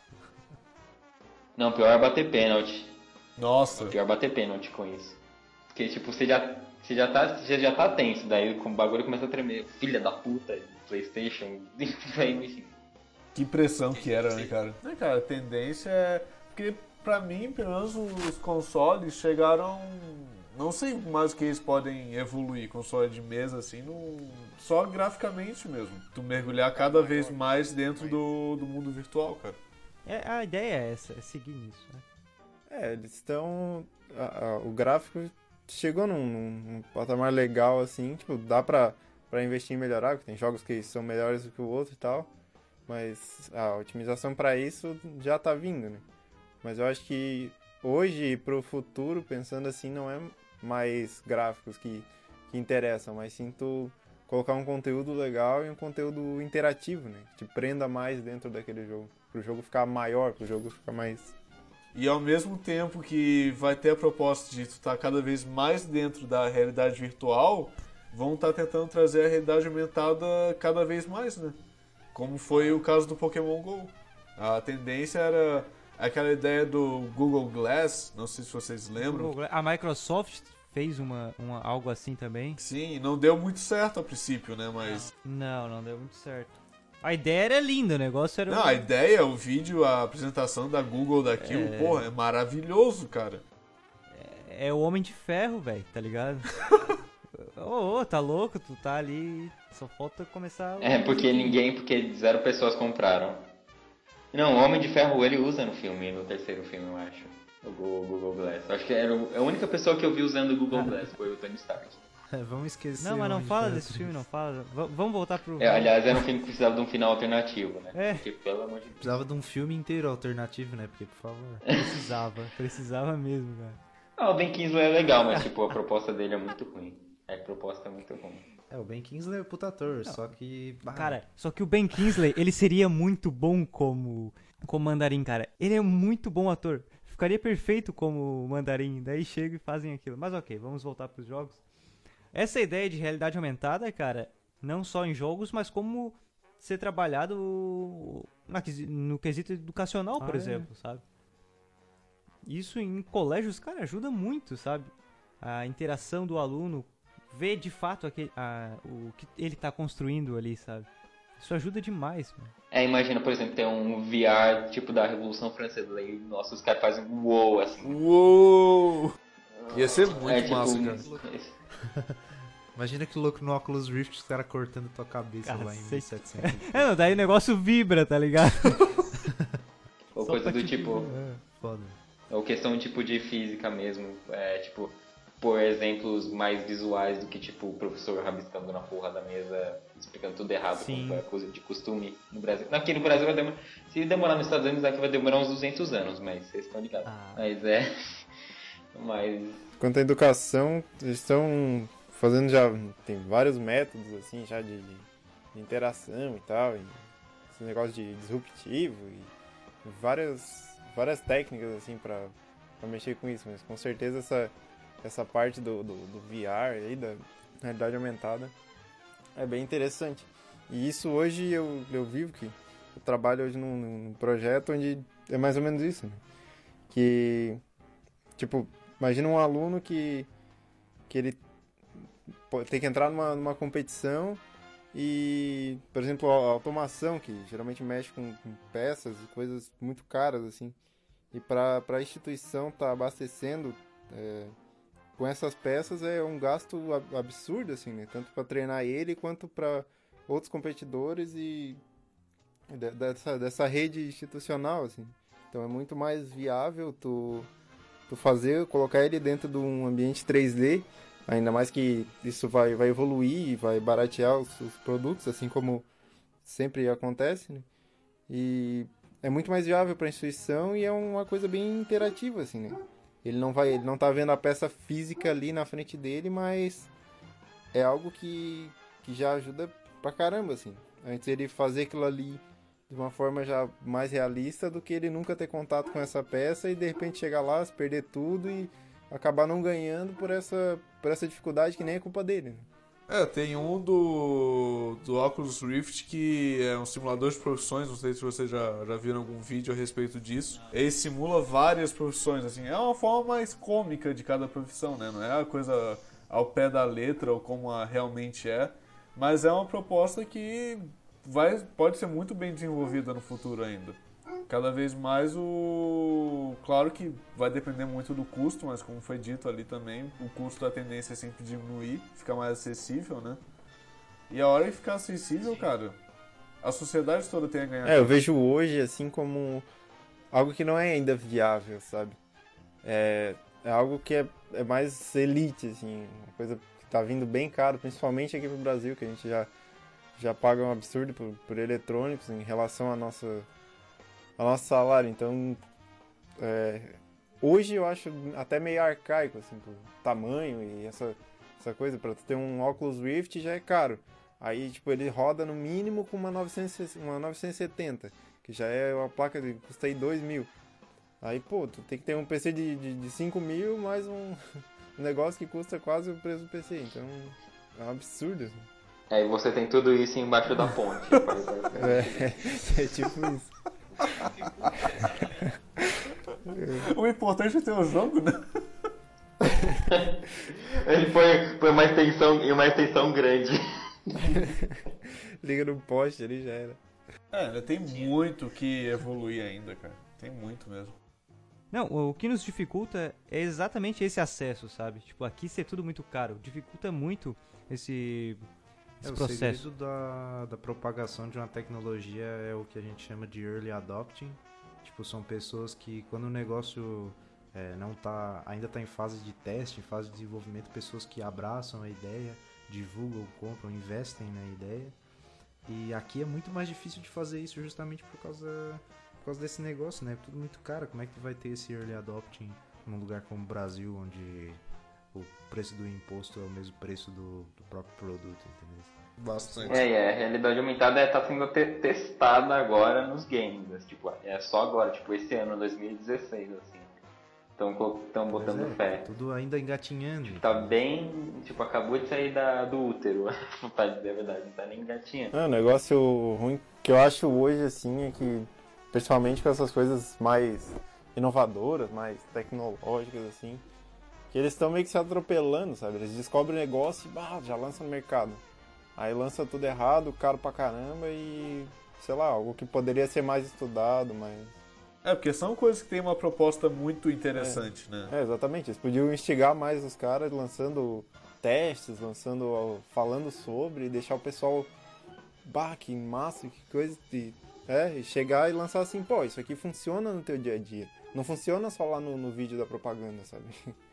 Não, pior é bater pênalti. Nossa. Pior é bater pênalti com isso. Porque, tipo, você já tá tenso, daí o bagulho começa a tremer. Filha da puta, PlayStation, enfim. Que pressão que era, né, cara? Cara, a tendência é... Porque, pra mim, pelo menos, os consoles chegaram... Não sei mais o que eles podem evoluir, console de mesa, assim, só graficamente mesmo. Tu mergulhar cada vez mais dentro do mundo virtual, cara. A ideia é essa, é seguir nisso, né? Eles estão... O gráfico chegou num patamar legal, assim, tipo, dá pra investir em melhorar, porque tem jogos que são melhores do que o outro e tal, mas a otimização pra isso já tá vindo, né? Mas eu acho que hoje, pro futuro, pensando assim, não é mais gráficos que interessam, mas sim tu colocar um conteúdo legal e um conteúdo interativo, né? Que te prenda mais dentro daquele jogo, pro jogo ficar maior, pro jogo ficar mais... E ao mesmo tempo que vai ter a proposta de tu estar cada vez mais dentro da realidade virtual, vão estar tentando trazer a realidade aumentada cada vez mais, né? Como foi o caso do Pokémon GO. A tendência era aquela ideia do Google Glass, não sei se vocês lembram. A Microsoft fez algo assim também. Sim, não deu muito certo a princípio, né? Mas... Não deu muito certo. A ideia era linda, o negócio era... Não, a ideia, o vídeo, a apresentação da Google daquilo, porra, é maravilhoso, cara. É o Homem de Ferro, velho, tá ligado? Tá louco, tu tá ali, só falta começar... Porque 0 pessoas compraram. Não, o Homem de Ferro ele usa no filme, no terceiro filme, eu acho. O Google Glass. Acho que era a única pessoa que eu vi usando o Google Glass foi o Tony Stark. Vamos esquecer. Não, mas não fala desse filme, não fala. Vamos voltar pro... aliás, era um filme que precisava de um final alternativo, né? Porque, pelo amor de Deus. Precisava de um filme inteiro alternativo, né? Porque, por favor... Precisava mesmo, cara. O Ben Kingsley é legal, mas, tipo, a proposta dele é muito ruim. A proposta é muito ruim. O Ben Kingsley é puta ator, só que... Cara, só que o Ben Kingsley, ele seria muito bom como Mandarim, cara. Ele é muito bom ator. Ficaria perfeito como Mandarim. Daí chega e fazem aquilo. Mas ok, vamos voltar pros jogos. Essa ideia de realidade aumentada, cara, não só em jogos, mas como ser trabalhado no quesito educacional, por exemplo, sabe? Isso em colégios, cara, ajuda muito, sabe? A interação do aluno, ver de fato o que ele tá construindo ali, sabe? Isso ajuda demais, mano. Imagina, por exemplo, ter um VR tipo da Revolução Francesa, e nossa, os caras fazem um uou, assim. Uou! Ia ser muito massa, cara. Imagina que louco no Oculus Rift, os caras cortando tua cabeça lá em 1700. Não, daí o negócio vibra, tá ligado? Ou coisa do tipo... Foda. Ou questão tipo de física mesmo. Tipo, por exemplos mais visuais do que tipo o professor rabiscando na porra da mesa, explicando tudo errado, Sim. como é coisa de costume no Brasil. Aqui no Brasil vai demorar... Se demorar nos Estados Unidos, aqui vai demorar uns 200 anos, mas vocês estão ligados. Mas Quanto à educação, eles estão fazendo já... Tem vários métodos, assim, já de interação e tal. E esse negócio de disruptivo e várias técnicas, assim, pra mexer com isso. Mas com certeza essa parte do VR aí, realidade aumentada. É bem interessante. E isso hoje eu vivo que eu trabalho hoje num projeto onde é mais ou menos isso, né? Que, tipo, imagina um aluno que ele tem que entrar numa competição e, por exemplo, a automação, que geralmente mexe com peças e coisas muito caras, assim. E para a instituição estar abastecendo com essas peças é um gasto absurdo, assim, né? Tanto para treinar ele quanto para outros competidores e dessa rede institucional, assim. Então é muito mais viável tu colocar ele dentro de um ambiente 3D, ainda mais que isso vai evoluir e vai baratear os produtos, assim como sempre acontece, né? E é muito mais viável para a instituição e é uma coisa bem interativa, assim, né? Ele não tá vendo a peça física ali na frente dele, mas é algo que já ajuda pra caramba, assim. Antes ele fazer aquilo ali de uma forma já mais realista do que ele nunca ter contato com essa peça e de repente chegar lá, se perder tudo e acabar não ganhando por essa dificuldade que nem é culpa dele, né? Tem um do Oculus Rift que é um simulador de profissões, não sei se vocês já viram algum vídeo a respeito disso. Ele simula várias profissões, assim, é uma forma mais cômica de cada profissão, né? Não é a coisa ao pé da letra ou como realmente é, mas é uma proposta que pode ser muito bem desenvolvida no futuro ainda. Cada vez mais claro que vai depender muito do custo, mas como foi dito ali também, o custo da tendência é sempre diminuir, ficar mais acessível, né? E a hora de ficar acessível, cara, a sociedade toda tem a ganhar. Eu vejo hoje, assim, como algo que não é ainda viável, sabe? É algo que é mais elite, assim, uma coisa que tá vindo bem caro, principalmente aqui pro Brasil, que a gente já paga um absurdo por eletrônicos em relação ao nosso salário. Então, hoje eu acho até meio arcaico, assim, por tamanho e essa coisa. Pra tu ter um Oculus Rift já é caro. Aí, tipo, ele roda no mínimo com uma 970, que já é uma placa que custa aí 2.000. Aí, pô, tu tem que ter um PC de 5.000 mais um negócio que custa quase o preço do PC. Então, é um absurdo, assim. Aí você tem tudo isso embaixo da ponte. É tipo isso. O importante é ter o jogo, né? Ele põe uma extensão grande. Liga no poste ali, já era. Tem muito que evoluir ainda, cara. Tem muito mesmo. Não, o que nos dificulta é exatamente esse acesso, sabe? Tipo, aqui ser tudo muito caro. Dificulta muito esse processo. O segredo da propagação de uma tecnologia é o que a gente chama de early adopting. Tipo, são pessoas que quando o negócio ainda está em fase de teste, em fase de desenvolvimento, pessoas que abraçam a ideia, divulgam, compram, investem na ideia. E aqui é muito mais difícil de fazer isso justamente por causa desse negócio, né? Tudo muito caro. Como é que tu vai ter esse early adopting num lugar como o Brasil, onde o preço do imposto é o mesmo preço do próprio produto, entendeu? Bastante. A realidade aumentada está sendo testada agora nos games. Tipo, é só agora, tipo, esse ano, 2016, assim. Estão botando fé. Tudo ainda engatinhando. Tipo, tá bem... Tipo, acabou de sair do útero. Pra dizer a verdade, não tá nem engatinhando. O negócio ruim que eu acho hoje, assim, é que, principalmente com essas coisas mais inovadoras, mais tecnológicas, assim, que eles estão meio que se atropelando, sabe? Eles descobrem o negócio e já lançam no mercado. Aí lança tudo errado, caro pra caramba e, sei lá, algo que poderia ser mais estudado, mas... Porque são coisas que tem uma proposta muito interessante, né? Exatamente. Eles podiam instigar mais os caras lançando testes, falando sobre, e deixar o pessoal, que massa, que coisa, e chegar e lançar assim, pô, isso aqui funciona no teu dia a dia. Não funciona só lá no vídeo da propaganda, sabe?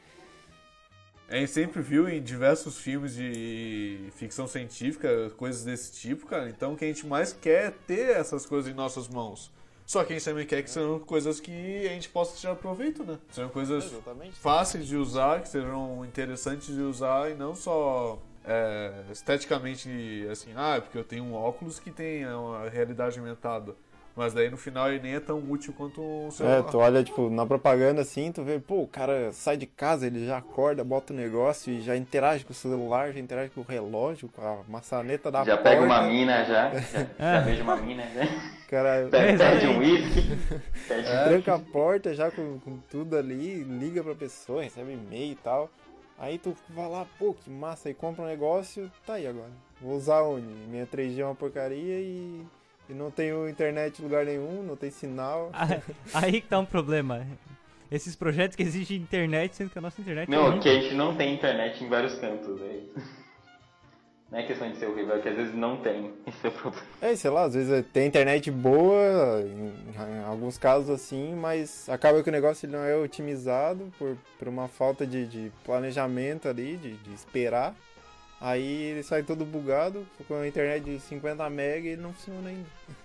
A gente sempre viu em diversos filmes de ficção científica, coisas desse tipo, cara. Então o que a gente mais quer é ter essas coisas em nossas mãos. Só que a gente também quer que sejam coisas que a gente possa tirar proveito, né? Sejam coisas fáceis de usar, que sejam interessantes de usar e não só esteticamente assim, porque eu tenho um óculos que tem uma realidade aumentada. Mas daí no final ele nem é tão útil quanto um celular. Tu olha, tipo, na propaganda assim, tu vê, pô, o cara sai de casa, ele já acorda, bota o negócio e já interage com o celular, já interage com o relógio, com a maçaneta da Já porta. pega uma mina, já vejo uma mina, já. Cara, Pede um uísque. tranca a porta já com tudo ali, liga pra pessoa, recebe e-mail e tal. Aí tu vai lá, pô, que massa, aí compra um negócio, tá aí agora. Vou usar onde? Minha 3G é uma porcaria e não tenho internet em lugar nenhum, não tem sinal. Aí que tá um problema. Esses projetos que exigem internet, sendo que a nossa internet é Não, horrível. que a gente não tem internet em vários cantos. Não é questão de ser horrível, é que às vezes não tem. Esse é o problema. Sei lá, às vezes tem internet boa, em alguns casos assim, mas acaba que o negócio ele não é otimizado por uma falta de planejamento ali, de esperar. Aí ele sai todo bugado, com a internet de 50 MB e ele não funciona ainda.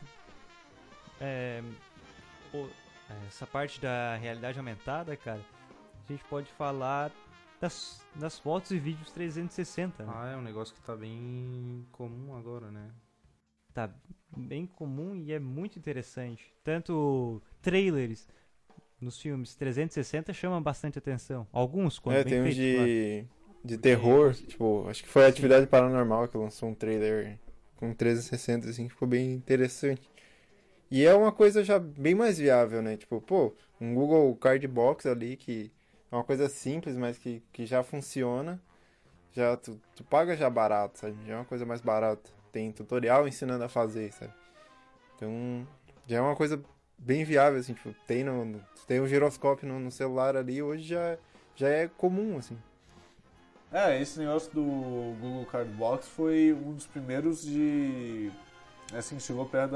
Essa parte da realidade aumentada, cara, a gente pode falar das fotos e vídeos 360. Né? É um negócio que tá bem comum agora, né? Tá bem comum e é muito interessante. Tanto trailers nos filmes 360 chamam bastante atenção. Alguns, quando bem tem uns feitos, de terror, tipo, acho que foi a Atividade Paranormal que lançou um trailer com 360, assim, que ficou bem interessante. E é uma coisa já bem mais viável, né? Tipo, pô, um Google Cardbox ali, que é uma coisa simples, mas que já funciona. Já tu paga já barato, sabe? Já é uma coisa mais barata. Tem tutorial ensinando a fazer, sabe? Então, já é uma coisa bem viável, assim, tipo, tem um giroscópio no celular ali, hoje já é comum, assim. Esse negócio do Google Cardbox foi um dos primeiros de... Assim, chegou perto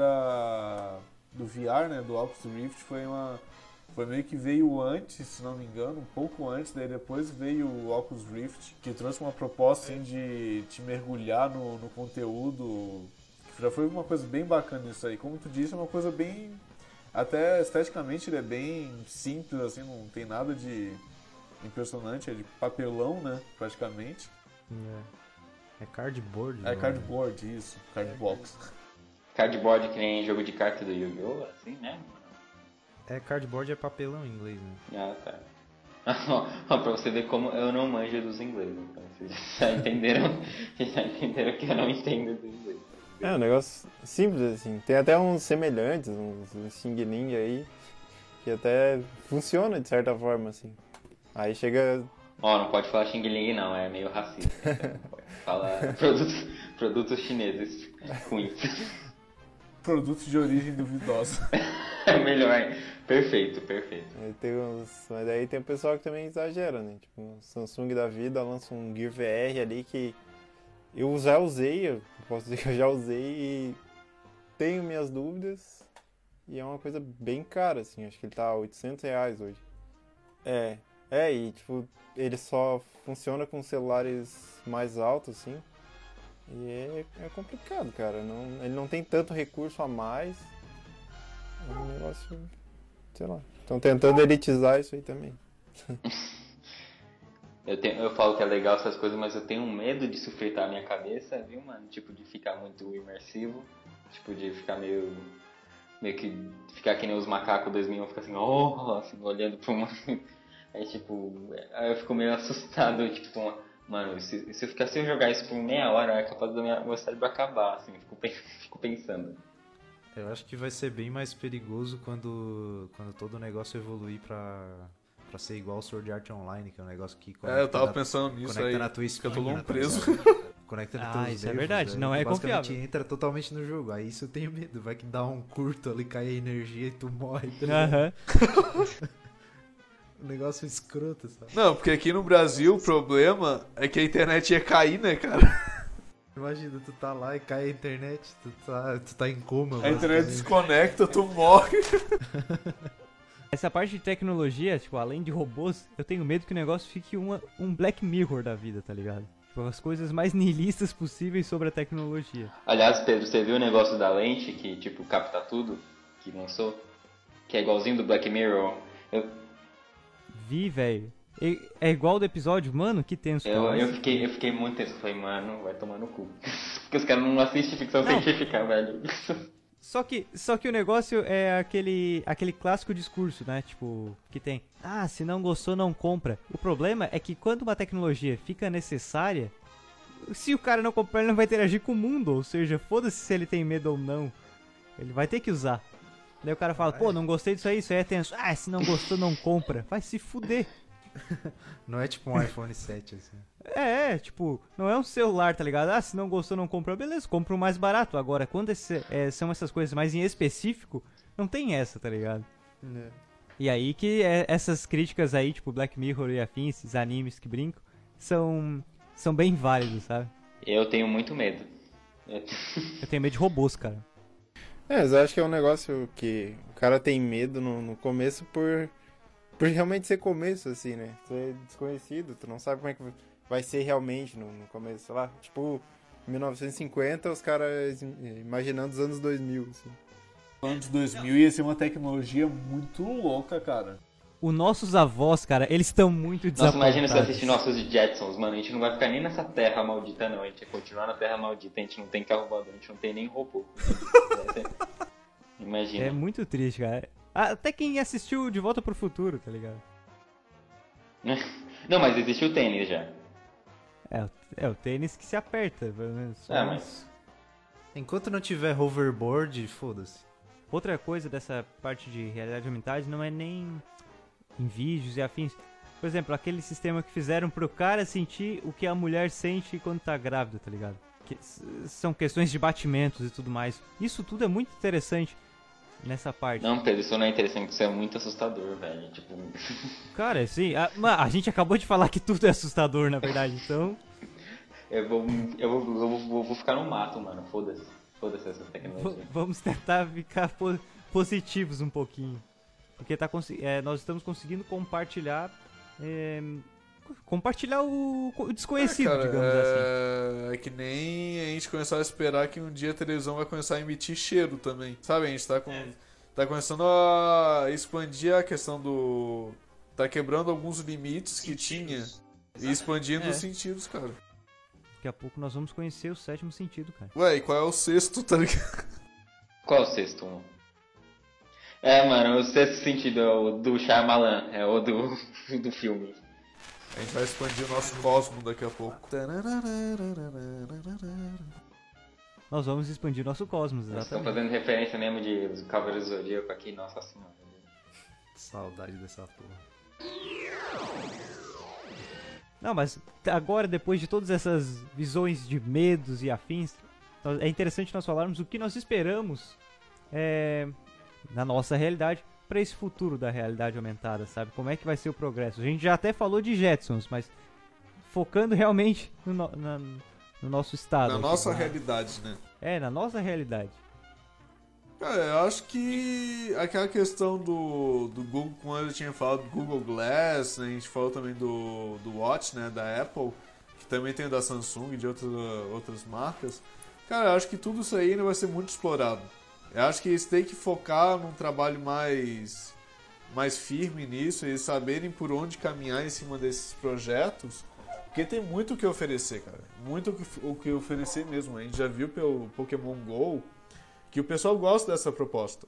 do VR, né, do Oculus Rift, foi meio que veio antes, se não me engano, um pouco antes, daí depois veio o Oculus Rift, que trouxe uma proposta assim, de te mergulhar no conteúdo, que já foi uma coisa bem bacana isso aí. Como tu disse, é uma coisa bem... Até esteticamente ele é bem simples, assim, não tem nada de impressionante, é de papelão, né, praticamente. É cardboard. É cardboard, isso, cardbox. Cardboard que nem jogo de carta do Yu-Gi-Oh! Assim, né? Cardboard é papelão em inglês, né? Tá. Ó, pra você ver como eu não manjo dos ingleses. Então vocês já entenderam que eu não entendo do inglês. É um negócio simples, assim. Tem até uns semelhantes, uns Xing Ling aí, que até funciona de certa forma, assim. Aí chega... Não pode falar Xing Ling não, é meio racista. Então pode falar produtos chineses ruins. Produtos de origem duvidosa. É melhor. Perfeito. Mas aí tem o pessoal que também exagera, né? Tipo, o Samsung da vida lança um Gear VR ali que eu já usei, eu posso dizer que eu já usei e tenho minhas dúvidas. E é uma coisa bem cara, assim, acho que ele tá R$800 hoje. E tipo, ele só funciona com celulares mais altos, assim. E é complicado, cara. Ele não tem tanto recurso a mais. É um negócio, sei lá. Estão tentando elitizar isso aí também. Eu falo que é legal essas coisas, mas eu tenho medo de fritar a minha cabeça, viu, mano? Tipo, de ficar muito imersivo. Tipo, de ficar meio que ficar que nem os macacos 2001, ficar assim, assim, olhando pra uma... Aí, tipo, eu fico meio assustado, tipo, mano, se eu jogar isso por meia hora, é capaz do meu cérebro acabar, assim, fico pensando. Eu acho que vai ser bem mais perigoso quando todo o negócio evoluir pra ser igual o Sword Art Online, que é um negócio que eu tava pensando nisso aí, na tua espinha, fica todo mundo preso. Conecta nos teus isso nervos, é verdade, não é confiável. Basicamente entra totalmente no jogo, aí isso eu tenho medo, vai que dá um curto ali, cai a energia e tu morre. Um negócio escroto, sabe? Não, porque aqui no Brasil o problema é que a internet ia cair, né, cara? Imagina, tu tá lá e cai a internet, tu tá em coma. A internet desconecta, tu morre. Essa parte de tecnologia, tipo, além de robôs, eu tenho medo que o negócio fique um Black Mirror da vida, tá ligado? Tipo, as coisas mais nihilistas possíveis sobre a tecnologia. Aliás, Pedro, você viu o negócio da lente que, tipo, capta tudo? Que lançou? Que é igualzinho do Black Mirror. Vi, velho. É igual do episódio, mano, que tenso. Eu fiquei muito tenso. Falei, mano, vai tomar no cu. Porque os caras não assistem ficção científica, velho. Só que o negócio é aquele clássico discurso, né? Tipo, que tem, se não gostou, não compra. O problema é que quando uma tecnologia fica necessária, se o cara não comprar, ele não vai interagir com o mundo. Ou seja, foda-se se ele tem medo ou não. Ele vai ter que usar. Daí o cara fala, pô, não gostei disso aí é tenso. Se não gostou, não compra. Vai se fuder. Não é tipo um iPhone 7, assim. Tipo, não é um celular, tá ligado? Se não gostou, não compra, beleza, compra o mais barato. Agora, quando são essas coisas mais em específico, não tem essa, tá ligado? E aí que essas críticas aí, tipo Black Mirror e afins, esses animes que brincam, são bem válidos, sabe? Eu tenho muito medo. Eu tenho medo de robôs, cara. Mas eu acho que é um negócio que o cara tem medo no começo por realmente ser começo, assim, né? Tu é desconhecido, tu não sabe como é que vai ser realmente no começo, sei lá. Tipo, 1950, os caras imaginando os anos 2000, assim. Anos 2000 ia ser uma tecnologia muito louca, cara. Os nossos avós, cara, eles estão muito desapontados. Nossa, imagina se eu assistir nossos Jetsons, mano. A gente não vai ficar nem nessa terra maldita, não. A gente vai continuar na terra maldita. A gente não tem carro voador, a gente não tem nem robô. Imagina. É muito triste, cara. Até quem assistiu De Volta pro Futuro, tá ligado? Não, mas existe o tênis já. É o tênis que se aperta, pelo menos. Mas... Enquanto não tiver hoverboard, foda-se. Outra coisa dessa parte de realidade aumentada não é nem em vídeos e afins. Por exemplo, aquele sistema que fizeram pro cara sentir o que a mulher sente quando tá grávida, tá ligado? Que são questões de batimentos e tudo mais. Isso tudo é muito interessante nessa parte. Não, Pedro, isso não é interessante, isso é muito assustador, velho. Tipo... Cara, sim, a gente acabou de falar que tudo é assustador, na verdade, então... Eu vou ficar no mato, mano, foda-se. Foda-se essa tecnologia. Vamos tentar ficar positivos um pouquinho. Porque nós estamos conseguindo compartilhar o desconhecido, cara, digamos assim. É que nem a gente começar a esperar que um dia a televisão vai começar a emitir cheiro também. Sabe, a gente tá começando a expandir a questão do... Tá quebrando alguns limites que tinha e expandindo os sentidos, cara. Daqui a pouco nós vamos conhecer o sétimo sentido, cara. Ué, e qual é o sexto, tá ligado? Qual é o sexto? Mano, o sexto sentido é o do Shyamalan, é o do filme. A gente vai expandir o nosso cosmo daqui a pouco. Nós vamos expandir nosso cosmos, Nós exatamente. estamos fazendo referência mesmo de Cavaleiros do Zodíaco aqui, nossa senhora. Saudade dessa porra. Não, mas agora, depois de todas essas visões de medos e afins, é interessante nós falarmos o que nós esperamos na nossa realidade para esse futuro da realidade aumentada, sabe? Como é que vai ser o progresso? A gente já até falou de Jetsons, mas focando realmente no nosso estado. Na aqui, nossa né? realidade, né? Na nossa realidade. Cara, eu acho que aquela questão do Google, como eu tinha falado, do Google Glass, né? A gente falou também do Watch, né, da Apple, que também tem o da Samsung e de outras marcas. Cara, eu acho que tudo isso aí ainda vai ser muito explorado. Eu acho que eles têm que focar num trabalho mais firme nisso e saberem por onde caminhar em cima desses projetos, porque tem muito o que oferecer, cara. Muito o que oferecer mesmo. A gente já viu pelo Pokémon GO que o pessoal gosta dessa proposta.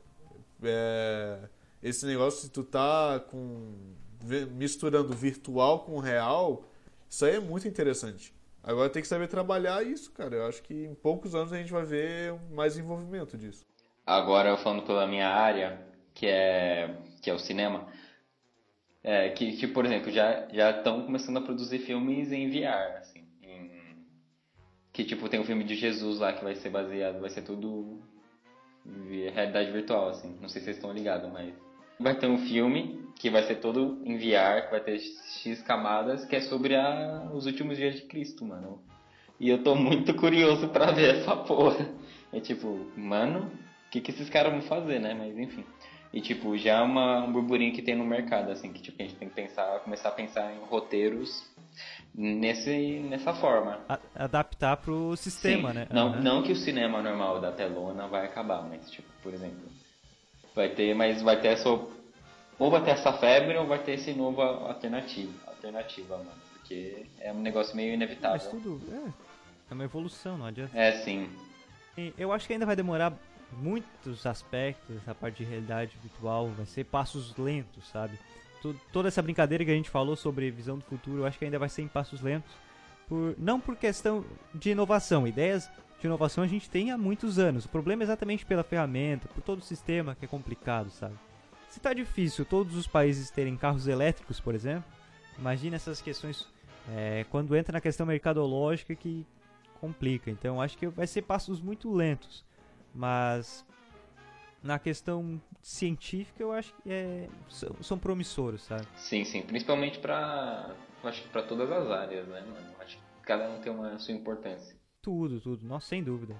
Esse negócio de tu tá misturando virtual com real, isso aí é muito interessante. Agora tem que saber trabalhar isso, cara. Eu acho que em poucos anos a gente vai ver mais envolvimento disso. Agora, falando pela minha área, que é o cinema, que por exemplo, já estão começando a produzir filmes em VR, assim. Que, tipo, tem um filme de Jesus lá que vai ser tudo realidade virtual, assim. Não sei se vocês estão ligados, mas... Vai ter um filme que vai ser todo em VR, que vai ter X camadas, que é sobre os últimos dias de Cristo, mano. E eu tô muito curioso pra ver essa porra. É tipo, mano, o que esses caras vão fazer, né? Mas enfim. E tipo, já é um burburinho que tem no mercado, assim, que tipo, a gente tem que começar a pensar em roteiros nessa forma. Adaptar pro sistema, Sim. né? Não que o cinema normal da telona vai acabar, mas tipo, por exemplo, vai ter essa, ou vai ter essa febre ou vai ter esse novo alternativa, mano, porque é um negócio meio inevitável. Mas tudo é uma evolução, não adianta. Sim. Eu acho que ainda vai demorar muitos aspectos dessa parte de realidade virtual, vai ser passos lentos, sabe? Toda essa brincadeira que a gente falou sobre visão do futuro, eu acho que ainda vai ser em passos lentos, não por questão de inovação. Ideias de inovação a gente tem há muitos anos. O problema é exatamente pela ferramenta, por todo o sistema que é complicado, sabe? Se tá difícil todos os países terem carros elétricos, por exemplo, imagina essas questões quando entra na questão mercadológica que complica. Então acho que vai ser passos muito lentos, mas na questão científica eu acho que são promissores, sabe? Sim, principalmente acho que pra todas as áreas, né, mano? Acho que cada um tem a sua importância. Tudo, nossa, sem dúvida.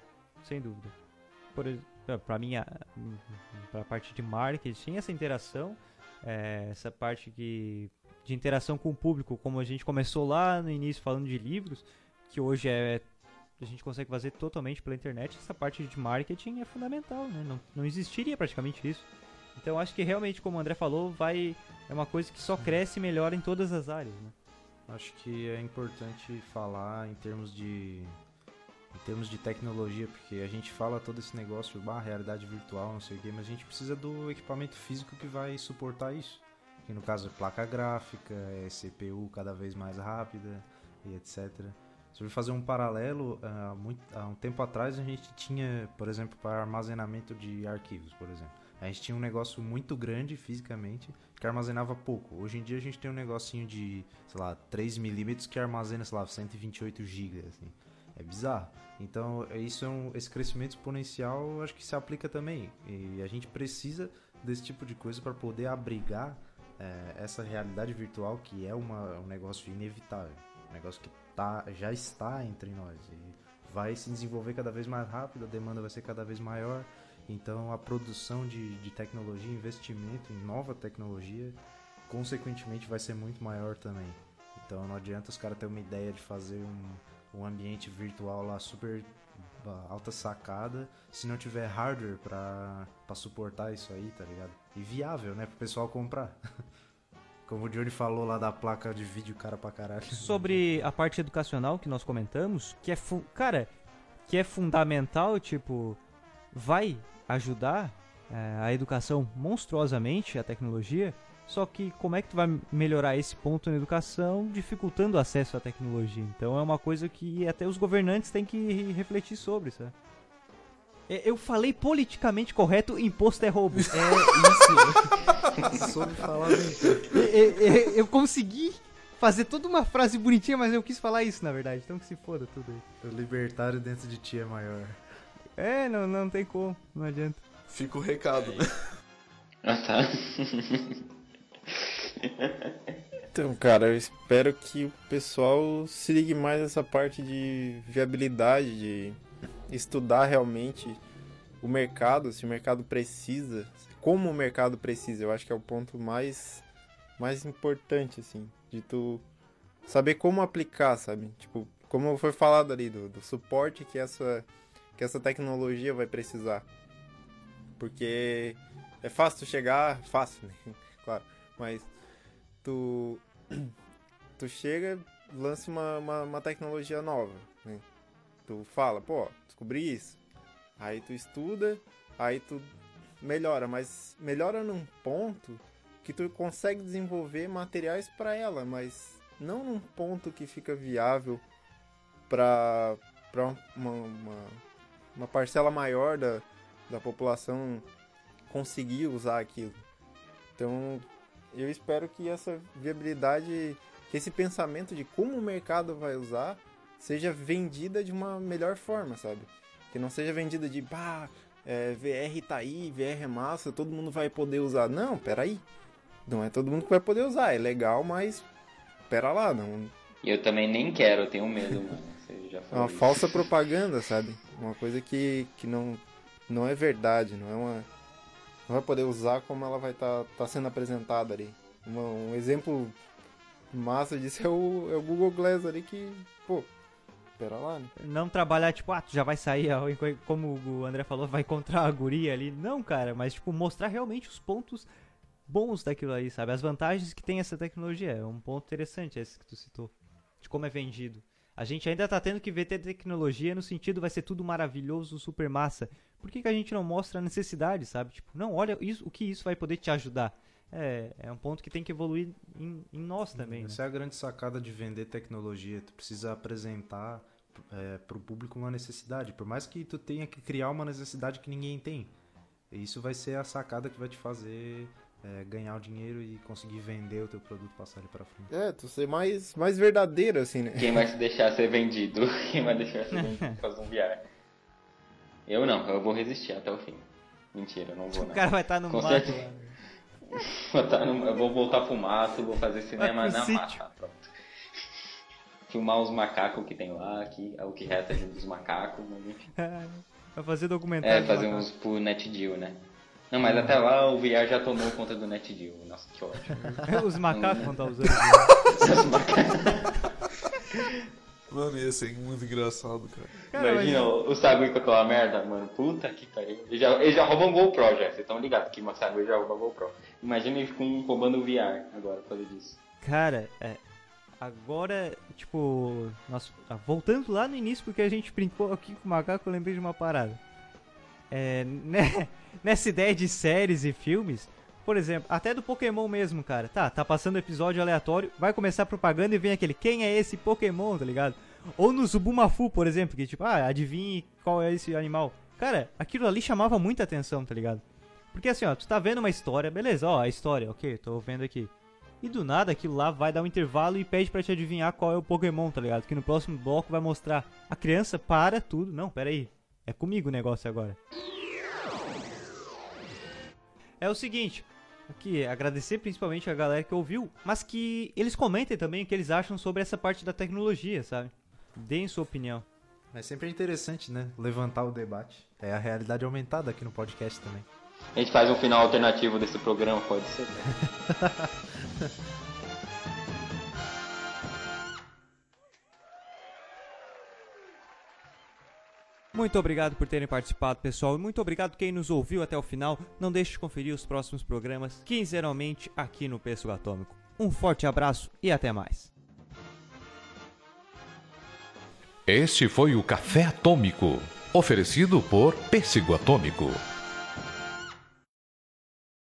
Por exemplo, pra mim, pra parte de marketing, essa interação, essa parte de interação com o público, como a gente começou lá no início falando de livros, que hoje a gente consegue fazer totalmente pela internet, essa parte de marketing é fundamental, né? Não existiria praticamente isso. Então acho que realmente, como o André falou, é uma coisa que só cresce e melhora em todas as áreas, né? Acho que é importante falar em termos de tecnologia, porque a gente fala todo esse negócio, realidade virtual, não sei o que, mas a gente precisa do equipamento físico que vai suportar isso. Que no caso é placa gráfica, é CPU cada vez mais rápida e etc. Se eu fazer um paralelo, há um tempo atrás a gente tinha, por exemplo, para armazenamento de arquivos, por exemplo. A gente tinha um negócio muito grande fisicamente que armazenava pouco. Hoje em dia a gente tem um negocinho de, 3 milímetros que armazena, 128 GB, assim. É bizarro. Então, esse crescimento exponencial acho que se aplica também. E a gente precisa desse tipo de coisa para poder abrigar essa realidade virtual que é um negócio inevitável. Um negócio que já está entre nós. E vai se desenvolver cada vez mais rápido, a demanda vai ser cada vez maior. Então, a produção de tecnologia, investimento em nova tecnologia, consequentemente vai ser muito maior também. Então, não adianta os caras terem uma ideia de fazer um ambiente virtual lá super alta sacada se não tiver hardware pra suportar isso aí, tá ligado? E viável, né, pro pessoal comprar. Como o Johnny falou lá da placa de vídeo, cara pra caralho. Sobre a parte educacional que nós comentamos, que é fundamental, tipo, vai ajudar a educação monstruosamente, a tecnologia. Só que como é que tu vai melhorar esse ponto na educação dificultando o acesso à tecnologia? Então é uma coisa que até os governantes têm que refletir sobre, sabe? Eu falei politicamente correto, imposto é roubo. É isso. Soube falar bem. Eu consegui fazer toda uma frase bonitinha, mas eu quis falar isso, na verdade. Então que se foda tudo aí. O libertário dentro de ti é maior. Não tem como, não adianta. Fica o recado, né? Ah, tá. Então, cara, eu espero que o pessoal se ligue mais nessa parte de viabilidade, de estudar realmente o mercado, se o mercado precisa, como o mercado precisa. Eu acho que é o ponto mais importante, assim, de tu saber como aplicar, sabe? Tipo, como foi falado ali, do suporte que essa tecnologia vai precisar. Porque é fácil tu chegar, fácil, né? Claro, mas tu chega, lança uma tecnologia nova, né? Tu fala, pô, descobri isso. Aí tu estuda, aí tu melhora, mas melhora num ponto que tu consegue desenvolver materiais para ela, mas não num ponto que fica viável para uma parcela maior da população conseguir usar aquilo. Então, eu espero que essa viabilidade, que esse pensamento de como o mercado vai usar, seja vendida de uma melhor forma, sabe? Que não seja vendida de, VR tá aí, VR é massa, todo mundo vai poder usar. Não, peraí. Não é todo mundo que vai poder usar. É legal, mas pera lá, não... Eu também nem quero, eu tenho medo, mano. Você já É falou uma isso. falsa propaganda, sabe? Uma coisa que não é verdade, não vai poder usar como ela vai estar sendo apresentada ali. Um exemplo massa disso é o Google Glass ali que, pô, pera lá, né? Não trabalhar, tipo, tu já vai sair, como o André falou, vai encontrar a guria ali. Não, cara, mas, tipo, mostrar realmente os pontos bons daquilo aí, sabe? As vantagens que tem essa tecnologia. É um ponto interessante esse que tu citou, de como é vendido. A gente ainda tá tendo que ver tecnologia no sentido vai ser tudo maravilhoso, super massa. por que a gente não mostra a necessidade, sabe? Tipo, não, olha o que isso vai poder te ajudar. É um ponto que tem que evoluir em nós também, né? Essa é a grande sacada de vender tecnologia. Tu precisa apresentar para o público uma necessidade. Por mais que tu tenha que criar uma necessidade que ninguém tem. Isso vai ser a sacada que vai te fazer ganhar o dinheiro e conseguir vender o teu produto, passar ele pra frente. Tu ser mais verdadeiro, assim, né? Quem vai se deixar ser vendido? Quem vai deixar ser vendido por causa de um VR? Eu não, eu vou resistir até o fim. Mentira, eu não vou, O não. cara vai estar no Com mato. certeza. Eu vou voltar pro mato, vou fazer cinema pro na sítio. mata, pronto. Filmar os macacos que tem lá, aqui, é o que resta dos macacos, mas enfim. Vai fazer documentário. Fazer uns pro NetGeo, né? Não, mas até lá o VR já tomou conta do NetGeo. Nossa, que ótimo. Os macacos vão estar usando. Os macacos. Mano, ia ser muito engraçado, cara. Imagina o Sagui com aquela merda, mano. Puta que pariu. Eles já roubam GoPro já, vocês estão ligados que o Sagui já rouba GoPro. Imagina eles roubando o VR agora por causa disso. Cara, agora, tipo, voltando lá no início, porque a gente brincou aqui com o macaco, eu lembrei de uma parada. Nessa ideia de séries e filmes, por exemplo, até do Pokémon mesmo, cara. Tá passando episódio aleatório, vai começar a propaganda e vem aquele, quem é esse Pokémon, tá ligado? Ou no Zubumafu, por exemplo, que tipo, adivinhe qual é esse animal. Cara, aquilo ali chamava muita atenção, tá ligado? Porque assim, ó, tu tá vendo uma história, beleza, ó, a história, ok, tô vendo aqui. E do nada aquilo lá vai dar um intervalo e pede pra te adivinhar qual é o Pokémon, tá ligado? Que no próximo bloco vai mostrar. A criança para tudo. Não, pera aí. É comigo o negócio agora. É o seguinte, aqui, agradecer principalmente a galera que ouviu, mas que eles comentem também o que eles acham sobre essa parte da tecnologia, sabe? Deem sua opinião. Mas sempre é interessante, né? Levantar o debate. É a realidade aumentada aqui no podcast também. A gente faz um final alternativo desse programa, pode ser? Muito obrigado por terem participado, pessoal, e muito obrigado quem nos ouviu até o final. Não deixe de conferir os próximos programas quinzenalmente aqui no Pêssego Atômico. Um forte abraço e até mais. Este foi o Café Atômico, oferecido por Pêssego Atômico.